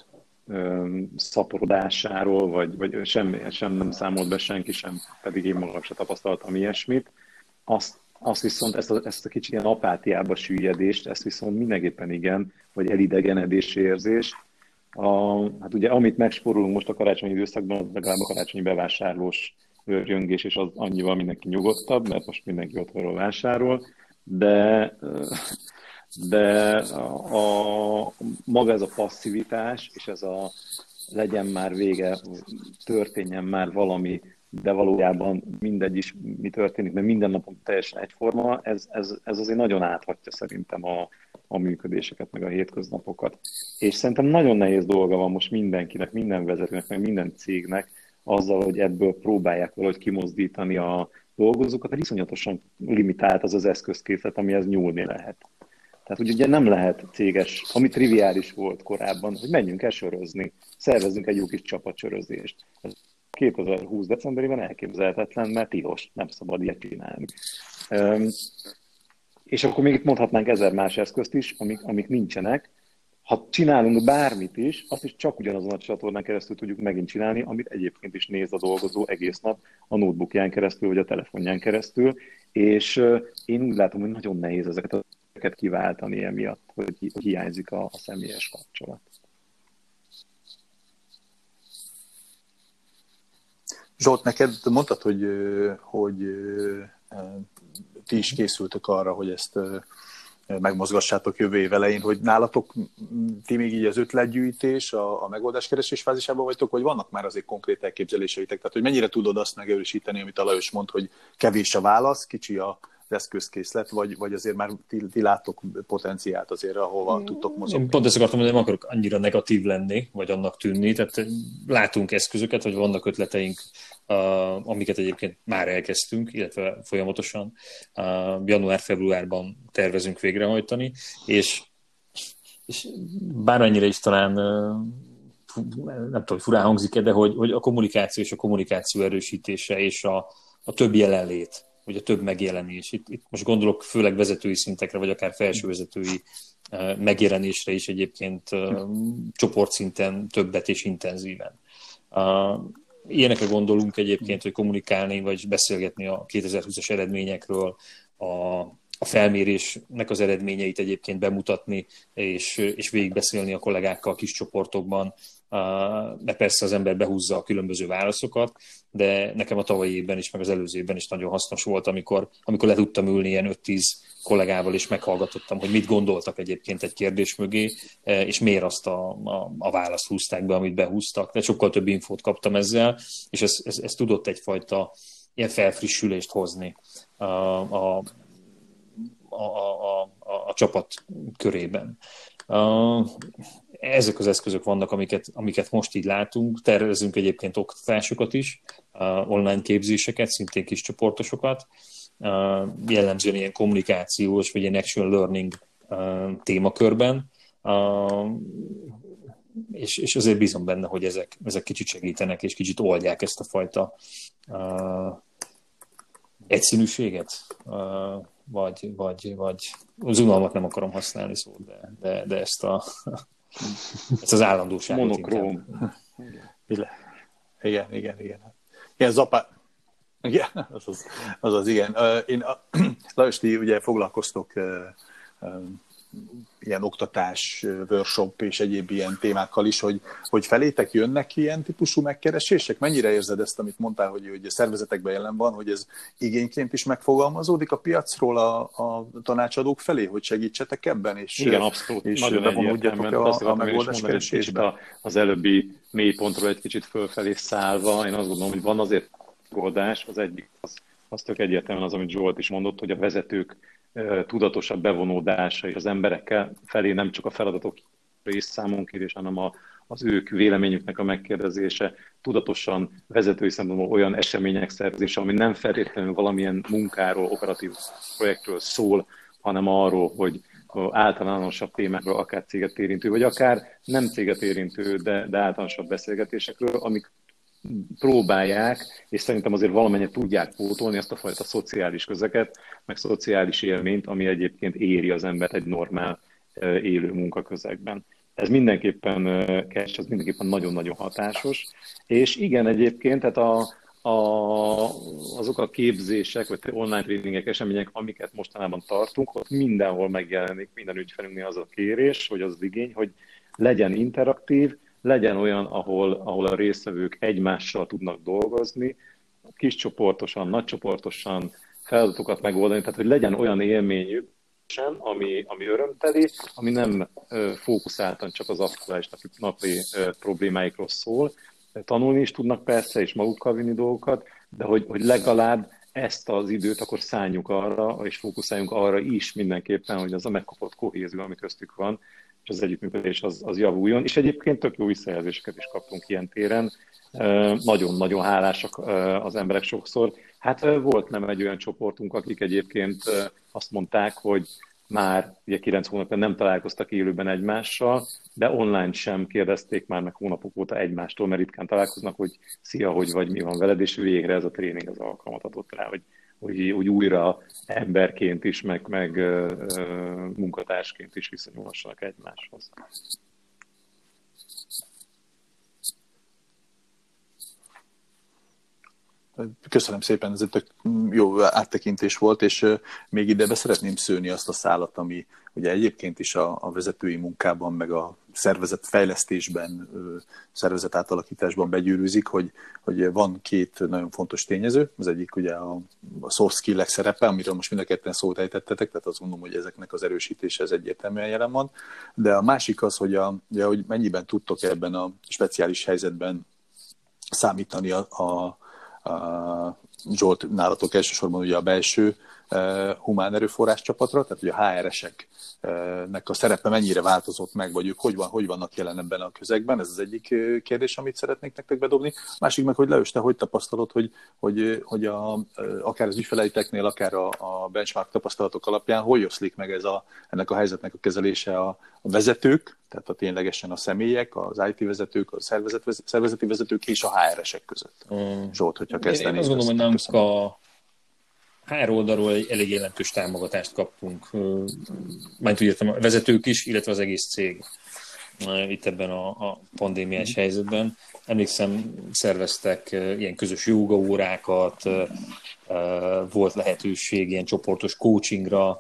szaporodásáról, vagy, vagy sem, sem nem számolt be senki sem, pedig én magam se tapasztaltam ilyesmit. Azt Azt viszont, ezt a, ezt a kicsit ilyen apátiába süllyedést, ezt viszont mindenképpen igen, vagy elidegenedési érzés. A, hát ugye amit megspórolunk most a karácsonyi időszakban, az legalább a karácsonyi bevásárlós örjöngés, és az annyival mindenki nyugodtabb, mert most mindenki otthonról vásárol, de, de a, a, maga ez a passzivitás, és ez a legyen már vége, történjen már valami, de valójában mindegy is, mi történik, mert minden napon teljesen egyforma, ez, ez, ez azért nagyon áthatja szerintem a, a működéseket, meg a hétköznapokat. És szerintem nagyon nehéz dolga van most mindenkinek, minden vezetőnek, meg minden cégnek azzal, hogy ebből próbálják valahogy kimozdítani a dolgozókat, mert iszonyatosan limitált az az eszközkészlet, amihez nyúlni lehet. Tehát ugye, ugye nem lehet céges, ami triviális volt korábban, hogy menjünk el sörözni, szervezzünk egy jó kis csapatsörözést. kétezer-húsz decemberében elképzelhetetlen, mert tilos, nem szabad ilyet csinálni. Üm, és akkor még itt mondhatnánk ezer más eszközt is, amik, amik nincsenek. Ha csinálunk bármit is, azt is csak ugyanazon a csatornán keresztül tudjuk megint csinálni, amit egyébként is néz a dolgozó egész nap a notebookján keresztül, vagy a telefonján keresztül, és uh, én úgy látom, hogy nagyon nehéz ezeket a kiváltani emiatt, hogy, hogy hiányzik a, a személyes kapcsolat. Zsolt, neked mondtad, hogy, hogy ti is készültök arra, hogy ezt megmozgassátok jövő év elején, hogy nálatok ti még így az ötletgyűjtés, a, a megoldáskeresés fázisában vagytok, vagy vannak már azért konkrét elképzeléseitek? Tehát, hogy mennyire tudod azt megerősíteni, amit a Lajos mond, hogy kevés a válasz, kicsi a eszközkészlet, vagy, vagy azért már ti, ti láttok potenciált azért, ahova mm. tudtok mozogni? Én pont ezt akartam, hogy nem akarok annyira negatív lenni, vagy annak tűnni, tehát látunk eszközöket, vagy vannak ötleteink, uh, amiket egyébként már elkezdtünk, illetve folyamatosan uh, január-februárban tervezünk végrehajtani, és, és bármennyire is talán uh, nem tudom, furán hangzik-e, de hogy, hogy a kommunikáció és a kommunikáció erősítése és a, a több jelenlét, vagy a több megjelenés. Itt, itt most gondolok főleg vezetői szintekre, vagy akár felsővezetői uh, megjelenésre is egyébként uh, csoportszinten többet és intenzíven. Uh, ilyenekre gondolunk egyébként, hogy kommunikálni, vagy beszélgetni a kétezer-húszas eredményekről, a, a felmérésnek az eredményeit egyébként bemutatni, és, és végigbeszélni a kollégákkal kis csoportokban, de persze az ember behúzza a különböző válaszokat, de nekem a tavalyi évben is, meg az előző évben is nagyon hasznos volt, amikor, amikor le tudtam ülni ilyen öt-tíz kollégával, és meghallgatottam, hogy mit gondoltak egyébként egy kérdés mögé, és miért azt a, a, a választ húzták be, amit behúztak. De sokkal több infót kaptam ezzel, és ez, ez, ez tudott egyfajta ilyen felfrissülést hozni a, a, a, a, a, a csapat körében. Uh, ezek az eszközök vannak, amiket, amiket most így látunk. Tervezünk egyébként oktatásokat is, uh, online képzéseket, szintén kis csoportosokat, uh, jellemzően ilyen kommunikációs vagy ilyen action learning uh, témakörben, uh, és, és azért bízom benne, hogy ezek, ezek kicsit segítenek, és kicsit oldják ezt a fajta uh, egyszínűséget, uh, vagy, vagy, vagy az unalmat nem akarom használni szó, de, de, de ezt, a, ezt az állandóságot. Monokróm. Igen, igen, igen. Igen, zapá... Igen, az az, az, az igen. Én, Lajos, ti ugye foglalkoztok ilyen oktatás, workshop és egyéb ilyen témákkal is, hogy, hogy felétek jönnek ilyen típusú megkeresések? Mennyire érzed ezt, amit mondtál, hogy, hogy a szervezetekben jelen van, hogy ez igényként is megfogalmazódik a piacról a, a tanácsadók felé, hogy segítsetek ebben? És, igen, abszolút. És nagyon bevonódjatok a, a megoldás keresésbe? Az előbbi mélypontról egy kicsit fölfelé szállva, én azt gondolom, hogy van azért megoldás. Az egyik az, az tök egyértelműen az, amit Zsolt is mondott, hogy a vezetők tudatosabb bevonódása és az emberekkel felé nem csak a feladatok részszámonkérés, hanem a, az ők véleményüknek a megkérdezése, tudatosan vezetői szempontból olyan események szervezése, ami nem feltétlenül valamilyen munkáról, operatív projektről szól, hanem arról, hogy általánosabb témákról, akár céget érintő, vagy akár nem céget érintő, de, de általánosabb beszélgetésekről, amik próbálják, és szerintem azért valamennyit tudják pótolni ezt a fajta szociális közeket, meg szociális élményt, ami egyébként éri az embert egy normál élő munkaközegben. Ez mindenképpen catch, ez mindenképpen nagyon-nagyon hatásos. És igen, egyébként, tehát a, a, azok a képzések, vagy online tréningek, események, amiket mostanában tartunk, ott mindenhol megjelenik, minden ügyfelünknél az a kérés, vagy az, az igény, hogy legyen interaktív, legyen olyan, ahol, ahol a résztvevők egymással tudnak dolgozni, kis csoportosan, nagy csoportosan feladatokat megoldani, tehát hogy legyen olyan élményük, ami, ami örömteli, ami nem ö, fókuszáltan csak az aktuális napi, napi ö, problémáikról szól. Tanulni is tudnak persze, és magukkal vinni dolgokat, de hogy, hogy legalább ezt az időt akkor szálljuk arra, és fókuszáljunk arra is mindenképpen, hogy az a megkapott kohézió, ami köztük van, és az együttműködés az, az javuljon. És egyébként tök jó visszajelzéseket is kaptunk ilyen téren. Nagyon-nagyon hálásak az emberek sokszor. Hát volt nem egy olyan csoportunk, akik egyébként azt mondták, hogy már ugye kilenc hónapja nem találkoztak élőben egymással, de online sem kérdezték már meg hónapok óta egymástól, mert ritkán találkoznak, hogy szia, hogy vagy, mi van veled, és végre ez a tréning az alkalmat adott rá, hogy, hogy, hogy újra emberként is, meg, meg munkatársként is viszonyulhassanak egymáshoz. Köszönöm szépen, ez egy tök jó áttekintés volt, és még ide be szeretném szőni azt a szálat, ami ugye egyébként is a, a vezetői munkában, meg a szervezetfejlesztésben, szervezet átalakításban begyűrűzik, hogy, hogy van két nagyon fontos tényező. Az egyik ugye a, a soft skill-ek szerepe, amiről most mind a ketten szót ejtettetek, tehát azt gondolom, hogy ezeknek az erősítése ez egyértelműen jelen van. De a másik az, hogy, a, ugye, hogy mennyiben tudtok ebben a speciális helyzetben számítani a, a Uh, Zsolt, nálatok elsősorban ugye a belső uh, humán erőforrás csapatra, tehát ugye a há er eseknek a szerepe mennyire változott meg, vagy ők hogy, van, hogy vannak jelen ebben a közegben, ez az egyik kérdés, amit szeretnék nektek bedobni. Másik meg, hogy Leős, te hogy tapasztalod, hogy, hogy, hogy a, akár az ügyfeleiteknél, akár a, a benchmark tapasztalatok alapján, hogy oszlik meg ez a, ennek a helyzetnek a kezelése a, a vezetők, tehát a ténylegesen a személyek, az i té vezetők, a szervezet, szervezeti vezetők és a há er esek között. Mm. Zsolt, hogyha kezdenél. Én azt gondolom, hogy nem a há er oldalról egy elég jelentős támogatást kaptunk. Majd úgy értem, a vezetők is, illetve az egész cég itt ebben a, a pandémiás mm. helyzetben. Emlékszem, szerveztek ilyen közös jógaórákat, volt lehetőség ilyen csoportos coachingra,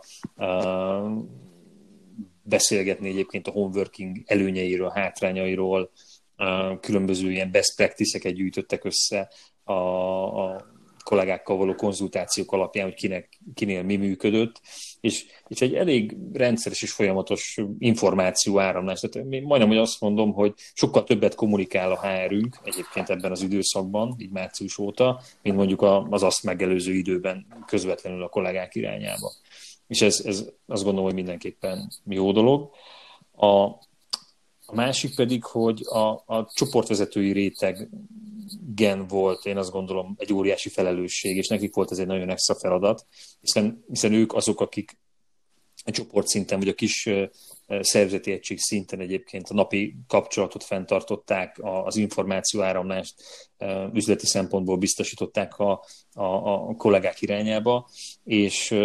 beszélgetni egyébként a homeworking előnyeiről, hátrányairól, különböző ilyen best practice-eket gyűjtöttek össze a, a kollégákkal való konzultációk alapján, hogy kinek, kinél mi működött, és, és egy elég rendszeres és folyamatos információ áramlás. Tehát én majdnem, hogy azt mondom, hogy sokkal többet kommunikál a há erünk egyébként ebben az időszakban, így március óta, mint mondjuk az azt megelőző időben közvetlenül a kollégák irányába. És ez, ez azt gondolom, hogy mindenképpen jó dolog. A, a másik pedig, hogy a, a csoportvezetői rétegen volt, én azt gondolom, egy óriási felelősség, és nekik volt ez egy nagyon extra feladat, hiszen, hiszen ők azok, akik a csoportszinten, vagy a kis szervezeti egység szinten egyébként a napi kapcsolatot fenntartották, az információáramlást üzleti szempontból biztosították a, a, a kollégák irányába, és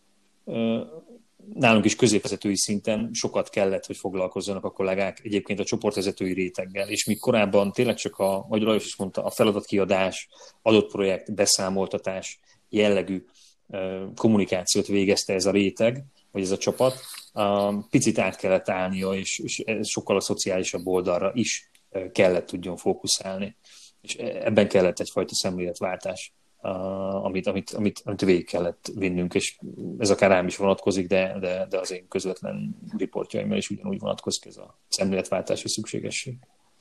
nálunk is középvezetői szinten sokat kellett, hogy foglalkozzanak a kollégák egyébként a csoportvezetői réteggel, és míg korábban tényleg csak a, ahogy Lajos is mondta, a feladatkiadás, adott projekt, beszámoltatás jellegű kommunikációt végezte ez a réteg, vagy ez a csapat, picit át kellett állnia, és, és sokkal a szociálisabb oldalra is kellett tudjon fókuszálni. És ebben kellett egyfajta szemléletváltás, amit, amit, amit, amit végig kellett vinnünk, és ez akár rám is vonatkozik, de, de, de az én közvetlen riportjaimmal is ugyanúgy vonatkozik ez a szemléletváltási szükségesség.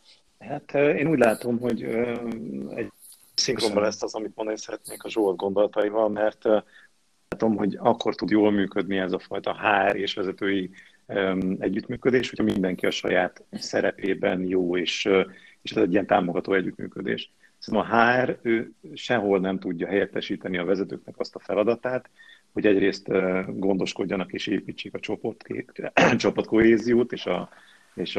Hát én úgy látom, hogy egy szinkronban lesz az, amit mondani szeretnék a Zsolt gondolataival, mert látom, hogy akkor tud jól működni ez a fajta há er és vezetői együttműködés, hogyha mindenki a saját szerepében jó, és, és ez egy ilyen támogató együttműködés. Szóval a há er ő sehol nem tudja helyettesíteni a vezetőknek azt a feladatát, hogy egyrészt gondoskodjanak és építsék a csoport, csapatkohéziót és a, és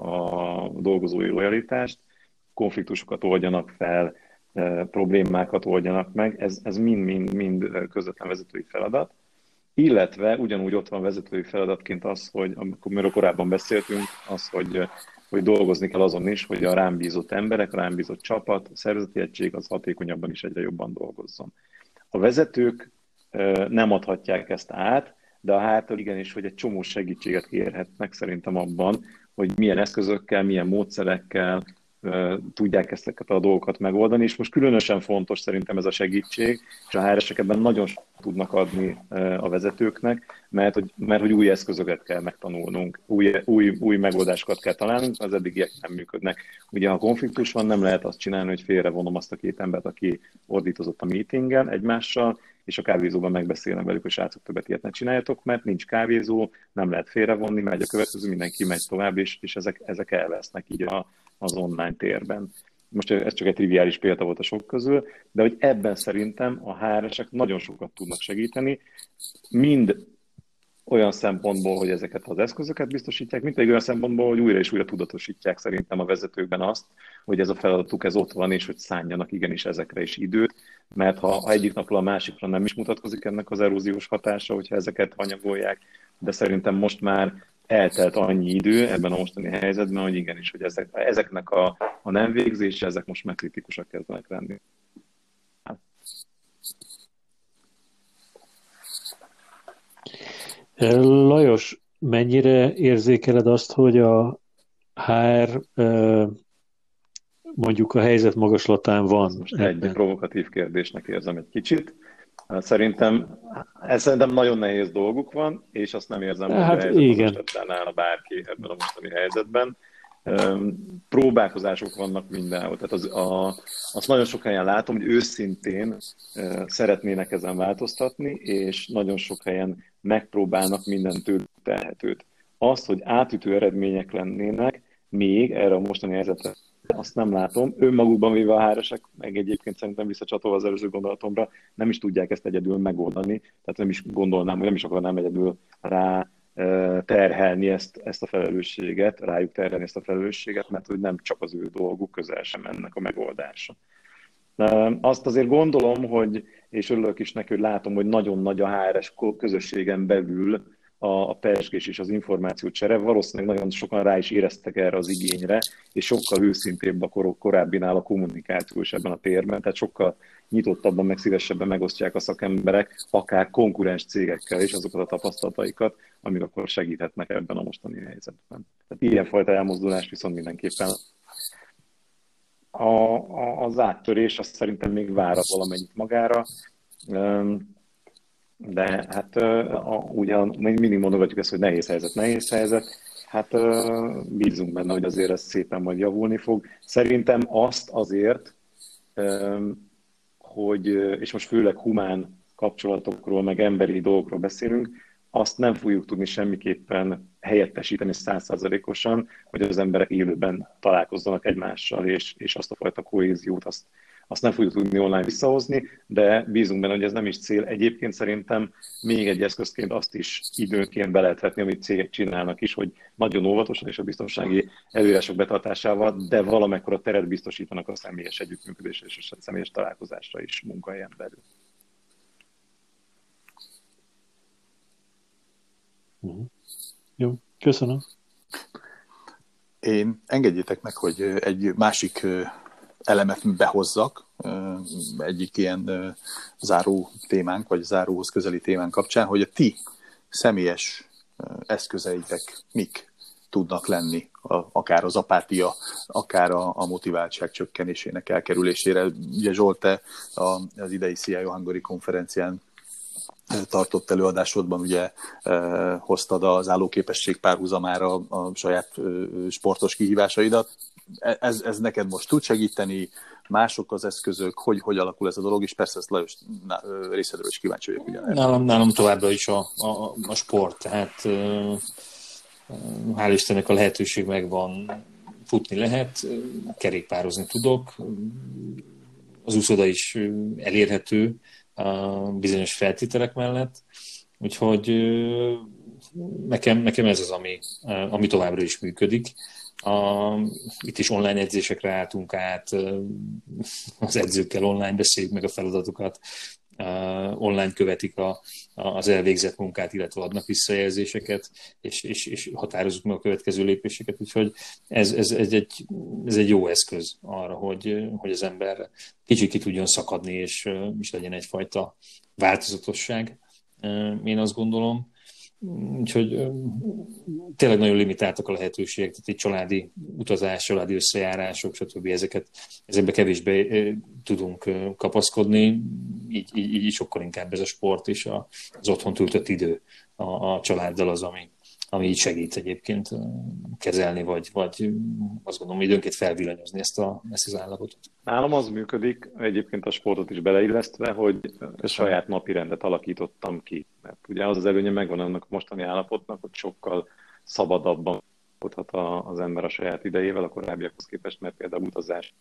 a, a dolgozói lojalitást, konfliktusokat oldjanak fel, problémákat oldjanak meg, ez, ez mind-mind-mind közvetlen vezetői feladat. Illetve ugyanúgy ott van vezetői feladatként az, hogy amikor korábban beszéltünk, az, hogy, hogy dolgozni kell azon is, hogy a rám bízott emberek, a rám bízott csapat, a szervezeti egység az hatékonyabban is egyre jobban dolgozzon. A vezetők nem adhatják ezt át, de a há er-től igenis, hogy egy csomó segítséget kérhetnek szerintem abban, hogy milyen eszközökkel, milyen módszerekkel tudják ezeket a dolgokat megoldani, és most különösen fontos szerintem ez a segítség, és a há er-esek ebben nagyon tudnak adni a vezetőknek, mert hogy, mert hogy új eszközöket kell megtanulnunk, új, új, új megoldásokat kell találnunk, az eddigiek nem működnek. Ugye ha konfliktus van, nem lehet azt csinálni, hogy félrevonom azt a két embert, aki ordítozott a meetingen egymással, és a kávézóban megbeszélem velük, hogy srácok, többet ilyet ne csináljatok, mert nincs kávézó, nem lehet félrevonni, megy a következő, mindenki megy tovább, és, és ezek, ezek elvesznek így a, az online térben. Most ez csak egy triviális példa volt a sok közül, de hogy ebben szerintem a há er-esek nagyon sokat tudnak segíteni, mind olyan szempontból, hogy ezeket az eszközöket biztosítják, mint pedig olyan szempontból, hogy újra és újra tudatosítják szerintem a vezetőkben azt, hogy ez a feladatuk, ez ott van, és hogy szánjanak igenis ezekre is időt, mert ha egyik napról a másikra nem is mutatkozik ennek az eróziós hatása, hogyha ezeket hanyagolják, de szerintem most már eltelt annyi idő ebben a mostani helyzetben, hogy igenis, hogy ezek, ezeknek a, a nem végzése, ezek most már kritikusak kezdenek lenni. Lajos, mennyire érzékeled azt, hogy a há er mondjuk a helyzet magaslatán van? Most ebben egy provokatív kérdésnek érzem egy kicsit. Szerintem, ez szerintem nagyon nehéz dolguk van, és azt nem érzem, hogy hát a helyzet állna bárki ebben a mostani helyzetben. Próbálkozások vannak mindenhol. Tehát az, a, azt nagyon sok helyen látom, hogy őszintén szeretnének ezen változtatni, és nagyon sok helyen megpróbálnak minden tőlük telhetőt. Azt, hogy átütő eredmények lennének még erre a mostani helyzetre, azt nem látom. Önmagukban véve a há er-esek, meg egyébként szerintem visszacsatolva az előző gondolatomra, nem is tudják ezt egyedül megoldani. Tehát nem is gondolnám, hogy nem is akarnám egyedül rá terhelni ezt, ezt a felelősséget, rájuk terhelni ezt a felelősséget, mert hogy nem csak az ő dolguk, közel sem ennek a megoldása. Azt azért gondolom, hogy, és örülök is neki, hogy látom, hogy nagyon nagy a há er-es közösségen belül a pezsgés és az információcsere. Valószínűleg nagyon sokan rá is éreztek erre az igényre, és sokkal őszintébb a kor- korábbinál a kommunikáció is ebben a térben, tehát sokkal nyitottabban, meg szívesebben megosztják a szakemberek, akár konkurens cégekkel is azokat a tapasztalataikat, amik akkor segíthetnek ebben a mostani helyzetben. Tehát ilyenfajta elmozdulás viszont mindenképpen a, a, az áttörés azt szerintem még várat valamennyit magára, de hát a, ugye mindig mondogatjuk ezt, hogy nehéz helyzet, nehéz helyzet, hát bízunk benne, hogy azért ez szépen majd javulni fog. Szerintem azt azért, hogy, és most főleg humán kapcsolatokról, meg emberi dolgokról beszélünk, azt nem fogjuk tudni semmiképpen helyettesíteni száz százalékosan, hogy az emberek élőben találkozzanak egymással, és, és azt a fajta kohéziót, azt, azt nem fogjuk tudni online visszahozni, de bízunk benne, hogy ez nem is cél. Egyébként szerintem még egy eszközként azt is időnként be lehet vetni, amit cégek csinálnak is, hogy nagyon óvatosan és a biztonsági előírások betartásával, de valamekkora teret biztosítanak a személyes együttműködésre és a személyes találkozásra is munkahelyen belül. Uh-huh. Jó, köszönöm. Én engedjétek meg, hogy egy másik elemet behozzak, egyik ilyen záró témánk, vagy záróhoz közeli témánk kapcsán, hogy a ti személyes eszközeitek mik tudnak lenni, akár az apátia, akár a, a motiváltság csökkenésének elkerülésére. Ugye Zsolt, te az idei C I O Hungary konferencián tartott előadásodban ugye hoztad az állóképesség párhuzamára a saját sportos kihívásaidat. Ez, ez neked most tud segíteni? Mások az eszközök? Hogy, hogy alakul ez a dolog? És persze ezt Lajos részedről is kíváncsi vagyok ugyanerre. Nálam, nálam továbbra is a, a, a sport, tehát hál' Istennek a lehetőség megvan, futni lehet, kerékpározni tudok, az úszoda is elérhető a bizonyos feltételek mellett, úgyhogy nekem, nekem ez az, ami, ami továbbra is működik. A, itt is online edzésekre álltunk át, az edzőkkel online beszéljük meg a feladatokat, online követik a, az elvégzett munkát, illetve adnak visszajelzéseket, és, és, és határozzuk meg a következő lépéseket. Úgyhogy ez, ez, ez, egy, ez egy jó eszköz arra, hogy, hogy az ember kicsit ki tudjon szakadni, és, és legyen egyfajta változatosság, én azt gondolom. Úgyhogy tényleg nagyon limitáltak a lehetőségek, tehát egy családi utazás, családi összejárások, stb. Ezeket, ezekbe kevésbé tudunk kapaszkodni, így, így, így sokkal inkább ez a sport és a, az otthon töltött idő a, a családdal az, ami, ami így segít egyébként kezelni, vagy, vagy azt gondolom, időnként felvillanyozni ezt, a, ezt az állapotot. Nálam az működik, egyébként a sportot is beleillesztve, hogy a saját napirendet alakítottam ki. Mert ugye az az előnye megvan annak a mostani állapotnak, hogy sokkal szabadabban futhat az ember a saját idejével a korábbiakhoz képest, mert például utazás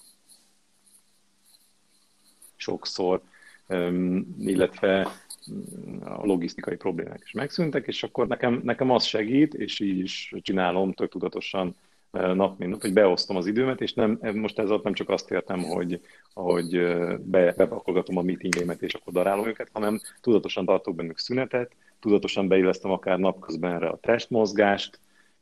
sokszor, illetve a logisztikai problémák is megszűntek, és akkor nekem, nekem az segít, és így is csinálom tök tudatosan nap mint nap, hogy beosztom az időmet, és nem, most ez nem csak azt értem, hogy, hogy be, bepakolgatom a meetingeimet, és akkor darálom őket, hanem tudatosan tartok bennük szünetet, tudatosan beillesztem akár napközben erre a testmozgást,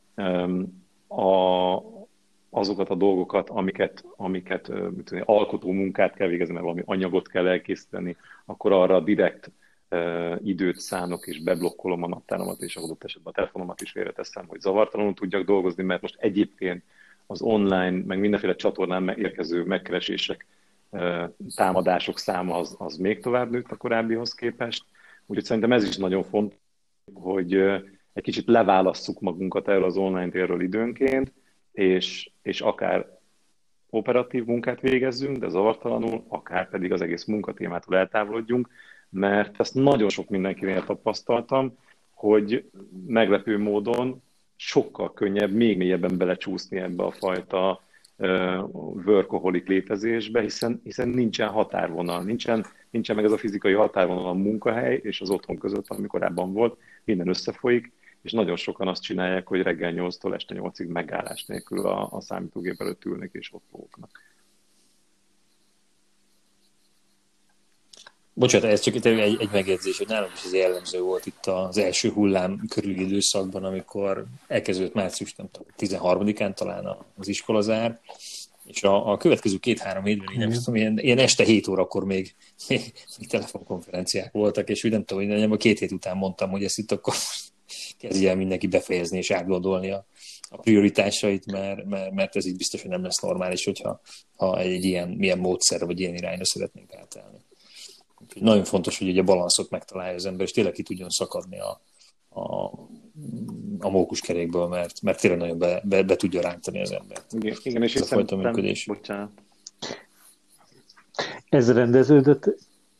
a, azokat a dolgokat, amiket, amiket tudom, alkotó munkát kell végezni, mert valami anyagot kell elkészíteni, akkor arra direkt uh, időt szánok, és beblokkolom a naptáramat, és adott esetben a telefonomat is félreteszem, hogy zavartalanul tudjak dolgozni, mert most egyébként az online, meg mindenféle csatornán érkező megkeresések, uh, támadások száma az, az még tovább nőtt a korábbihoz képest. Úgyhogy szerintem ez is nagyon fontos, hogy uh, egy kicsit leválasszuk magunkat erről az online térről időnként, és, és akár operatív munkát végezzünk, de zavartalanul, akár pedig az egész munkatémától eltávolodjunk, mert ezt nagyon sok mindenkinél tapasztaltam, hogy meglepő módon sokkal könnyebb, még mélyebben belecsúszni ebbe a fajta uh, workaholic létezésbe, hiszen, hiszen nincsen határvonal, nincsen, nincsen meg ez a fizikai határvonal a munkahely és az otthon között, ami korábban volt, minden összefolyik, és nagyon sokan azt csinálják, hogy reggel nyolctól este nyolcig megállás nélkül a, a számítógép előtt ülnek és ott fognak. Bocsánat, ez csak egy, egy megjegyzés, hogy nálunk is ez jellemző volt itt az első hullám körüli időszakban, amikor elkezdődött március tizenharmadikán talán az iskolazár, és a, a következő két-három hétben, én nem tudom, ilyen, ilyen este hét órakor még, még, még telefonkonferenciák voltak, és úgy nem tudom, hogy a két hét után mondtam, hogy ezt itt akkor kezdje el mindenki befejezni és átgondolni a, a prioritásait, mert, mert, mert ez így biztos, hogy nem lesz normális, hogyha ha egy ilyen, milyen módszerre vagy ilyen irányra szeretnénk átállni. Úgyhogy nagyon fontos, hogy ugye a balanszot megtalálja az ember, és tényleg ki tudjon szakadni a, a, a mókuskerékből, mert, mert tényleg nagyon be, be, be tudja rántani az embert. Igen, igen és ez a fajta működés. Bocsánat. Ez rendeződött.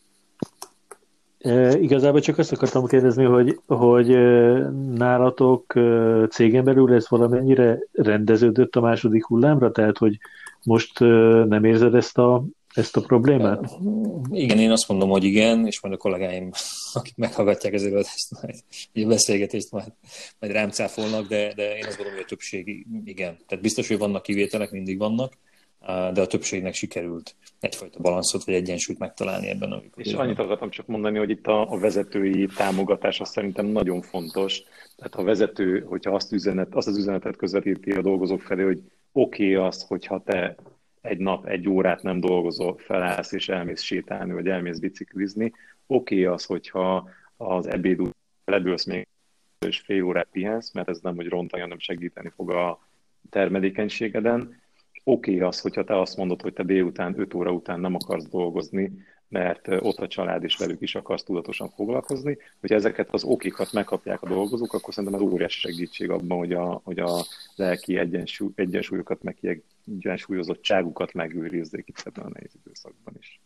E, igazából csak azt akartam kérdezni, hogy, hogy nálatok cégen belül ez valamennyire rendeződött a második hullámra? Tehát, hogy most nem érzed ezt a, ezt a problémát? Igen, én azt mondom, hogy igen, és majd a kollégáim, akik meghallgatják az előadást, majd a beszélgetést majd, majd rám cáfolnak, de, de én azt gondolom, hogy a többség igen. Tehát biztos, hogy vannak kivételek, mindig vannak, de a többségnek sikerült egyfajta balanszot vagy egyensúlyt megtalálni ebben a És annyit akartam csak mondani, hogy itt a, a vezetői támogatás az szerintem nagyon fontos. Tehát a vezető, hogyha azt, üzenet, azt az üzenetet közvetíti a dolgozók felé, hogy oké okay az, hogyha te egy nap, egy órát nem dolgozol, felállsz és elmész sétálni, vagy elmész biciklizni, oké okay az, hogyha az ebéd után ledőlsz még és fél órát pihensz, mert ez nem, hogy rontani, hanem segíteni fog a termelékenységeden. Oké okay az, hogyha te azt mondod, hogy te délután, öt óra után nem akarsz dolgozni, mert ott a család és velük is akarsz tudatosan foglalkozni. Hogyha ezeket az okikat megkapják a dolgozók, akkor szerintem ez óriási segítség abban, hogy a, hogy a lelki egyensúly, egyensúlyokat, meg egyensúlyozottságukat megőrizzék itt ebben a nehéz időszakban is.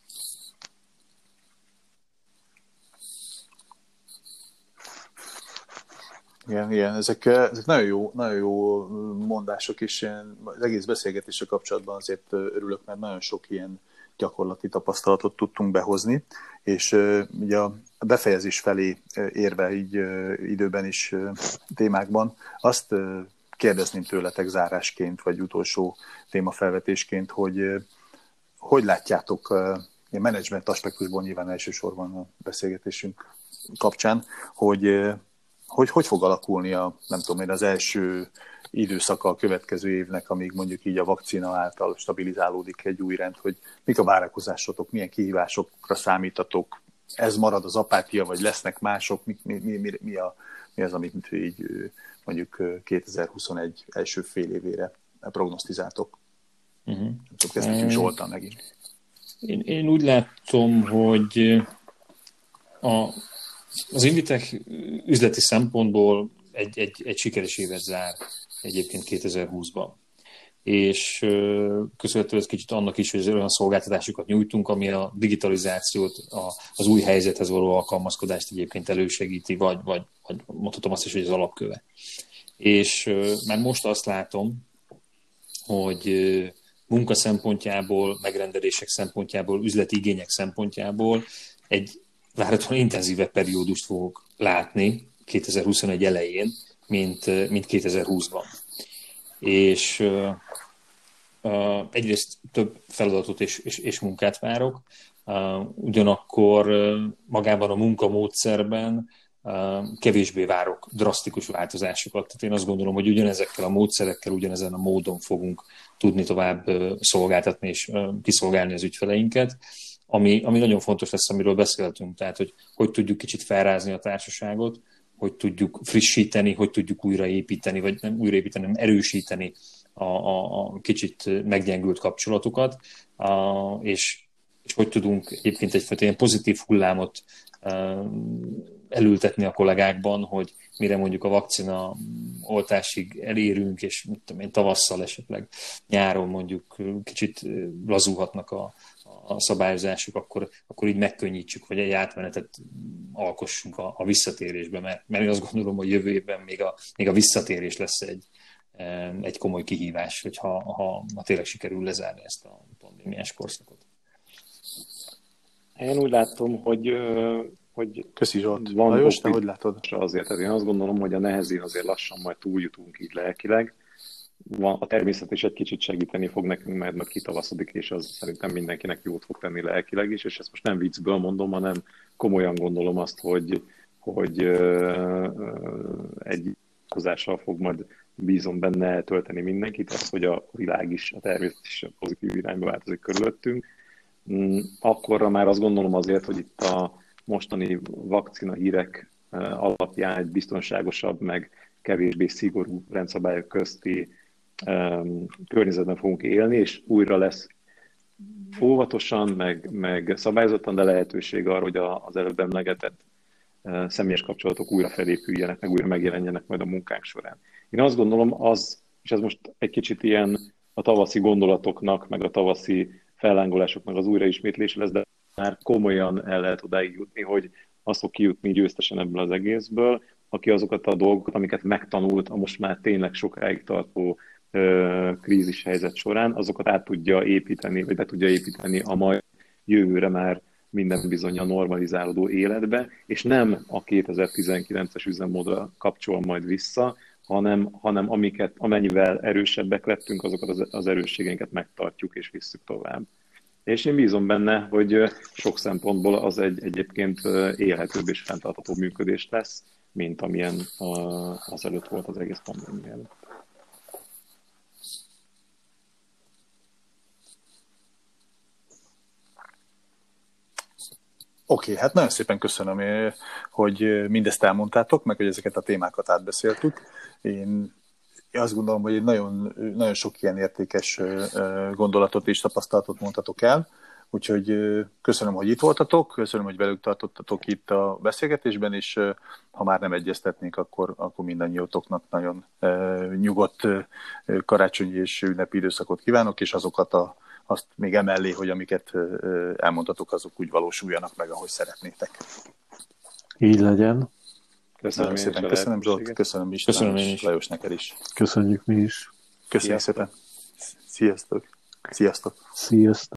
Igen, igen. Ezek, ezek nagyon jó, nagyon jó mondások, és én az egész beszélgetésre kapcsolatban azért örülök, mert nagyon sok ilyen gyakorlati tapasztalatot tudtunk behozni, és ugye a befejezés felé érve így időben is témákban azt kérdezném tőletek zárásként, vagy utolsó témafelvetésként, hogy hogy látjátok a menedzsment aspektusból nyilván elsősorban a beszélgetésünk kapcsán, hogy Hogy, hogy fog alakulni a, nem tudom én, az első időszaka a következő évnek, amíg mondjuk így a vakcina által stabilizálódik egy új rend, hogy mik a várakozásotok, milyen kihívásokra számítatok, ez marad az apátia, vagy lesznek mások, mi, mi, mi, mi, a, mi az, amit így mondjuk kétezer-huszonegy első fél évére prognosztizáltok? Uh-huh. Nem tudom, kezdjük Zsoltán megint. Én, én úgy látom, hogy a Az Invitek üzleti szempontból egy, egy, egy sikeres évet zár egyébként kétezer-húszban. És köszönhető ez kicsit annak is, hogy olyan szolgáltatásokat nyújtunk, ami a digitalizációt, a, az új helyzethez való alkalmazkodást egyébként elősegíti, vagy, vagy, vagy mondhatom azt is, hogy az alapköve. És már most azt látom, hogy munka szempontjából, megrendelések szempontjából, üzleti igények szempontjából egy várhatóan intenzívebb periódust fogok látni kétezer-huszonegy elején, mint, mint kétezer-húszban. És uh, uh, egyrészt több feladatot és, és, és munkát várok, uh, ugyanakkor uh, magában a munkamódszerben uh, kevésbé várok drasztikus változásokat. Tehát én azt gondolom, hogy ugyanezekkel a módszerekkel, ugyanezen a módon fogunk tudni tovább uh, szolgáltatni és uh, kiszolgálni az ügyfeleinket. Ami, ami nagyon fontos lesz, amiről beszéltünk, tehát hogy hogy tudjuk kicsit felrázni a társaságot, hogy tudjuk frissíteni, hogy tudjuk újraépíteni, vagy nem újraépíteni, hanem erősíteni a, a, a kicsit meggyengült kapcsolatokat, a, és, és hogy tudunk egyébként egyfajta ilyen pozitív hullámot elültetni a kollégákban, hogy mire mondjuk a vakcina oltásig elérünk, és mit tudom én, tavasszal esetleg nyáron mondjuk kicsit lazulhatnak a a szabályozásuk, akkor, akkor így megkönnyítsük, vagy egy átmenetet alkossunk a, a visszatérésbe, mert, mert én azt gondolom, hogy jövő évben még a, még a visszatérés lesz egy, egy komoly kihívás, hogyha ha, ha tényleg sikerül lezárni ezt a pandémiás korszakot. Én úgy látom, hogy, hogy Köszi Zsolt. van Lajos, te hogy látod? Azért, én azt gondolom, hogy a nehezén azért lassan majd túljutunk így lelkileg. Van, a természet is egy kicsit segíteni fog nekünk, mert majd kitavaszodik, és az szerintem mindenkinek jót fog tenni lelkileg is, és ezt most nem viccből mondom, hanem komolyan gondolom azt, hogy, hogy ö, ö, egy okozással fog majd, bízom benne, eltölteni mindenkit, az, hogy a világ is, a természet is pozitív irányba változik körülöttünk. Akkorra már azt gondolom azért, hogy itt a mostani vakcina hírek alapján egy biztonságosabb, meg kevésbé szigorú rendszabályok közti um, környezetben fogunk élni, és újra lesz óvatosan, meg, meg szabályozottan, de lehetőség arra, hogy a, az előbb emlegetett uh, személyes kapcsolatok újra felépüljenek, meg újra megjelenjenek majd a munkánk során. Én azt gondolom, az, és ez most egy kicsit ilyen a tavaszi gondolatoknak, meg a tavaszi fellángolásoknak az újraismétlése lesz, de már komolyan el lehet odáig jutni, hogy az fog kijutni győztesen ebből az egészből, aki azokat a dolgokat, amiket megtanult a most már tényleg sokáig tartó ö, krízis helyzet során, azokat át tudja építeni, vagy be tudja építeni a majd jövőre már minden bizonnyal normalizálódó életbe, és nem a kétezer-tizenkilences üzemmódra kapcsol majd vissza, hanem, hanem amiket, amennyivel erősebbek lettünk, azokat az, az erősségeinket megtartjuk és visszük tovább. És én bízom benne, hogy sok szempontból az egy egyébként élhetőbb és fenntarthatóbb működés lesz, mint amilyen az előtt volt az egész pandémia előtt. Oké, hát nagyon szépen köszönöm, hogy mindezt elmondtátok, meg hogy ezeket a témákat átbeszéltük. Én azt gondolom, hogy egy nagyon, nagyon sok ilyen értékes gondolatot és tapasztalatot mondtatok el, úgyhogy köszönöm, hogy itt voltatok, köszönöm, hogy velük tartottatok itt a beszélgetésben, és ha már nem egyeztetnénk, akkor, akkor mindannyiótoknak nagyon nyugodt karácsonyi és ünnepi időszakot kívánok, és azokat a azt még emellé, hogy amiket elmondtatok, azok úgy valósuljanak meg, ahogy szeretnétek. Így legyen. Köszönöm szépen, köszönöm Zsolt, köszönöm István, köszönöm én és is. Lajos neked is. Köszönjük mi is. Köszönjük szépen. Sziasztok. Sziasztok. Sziasztok.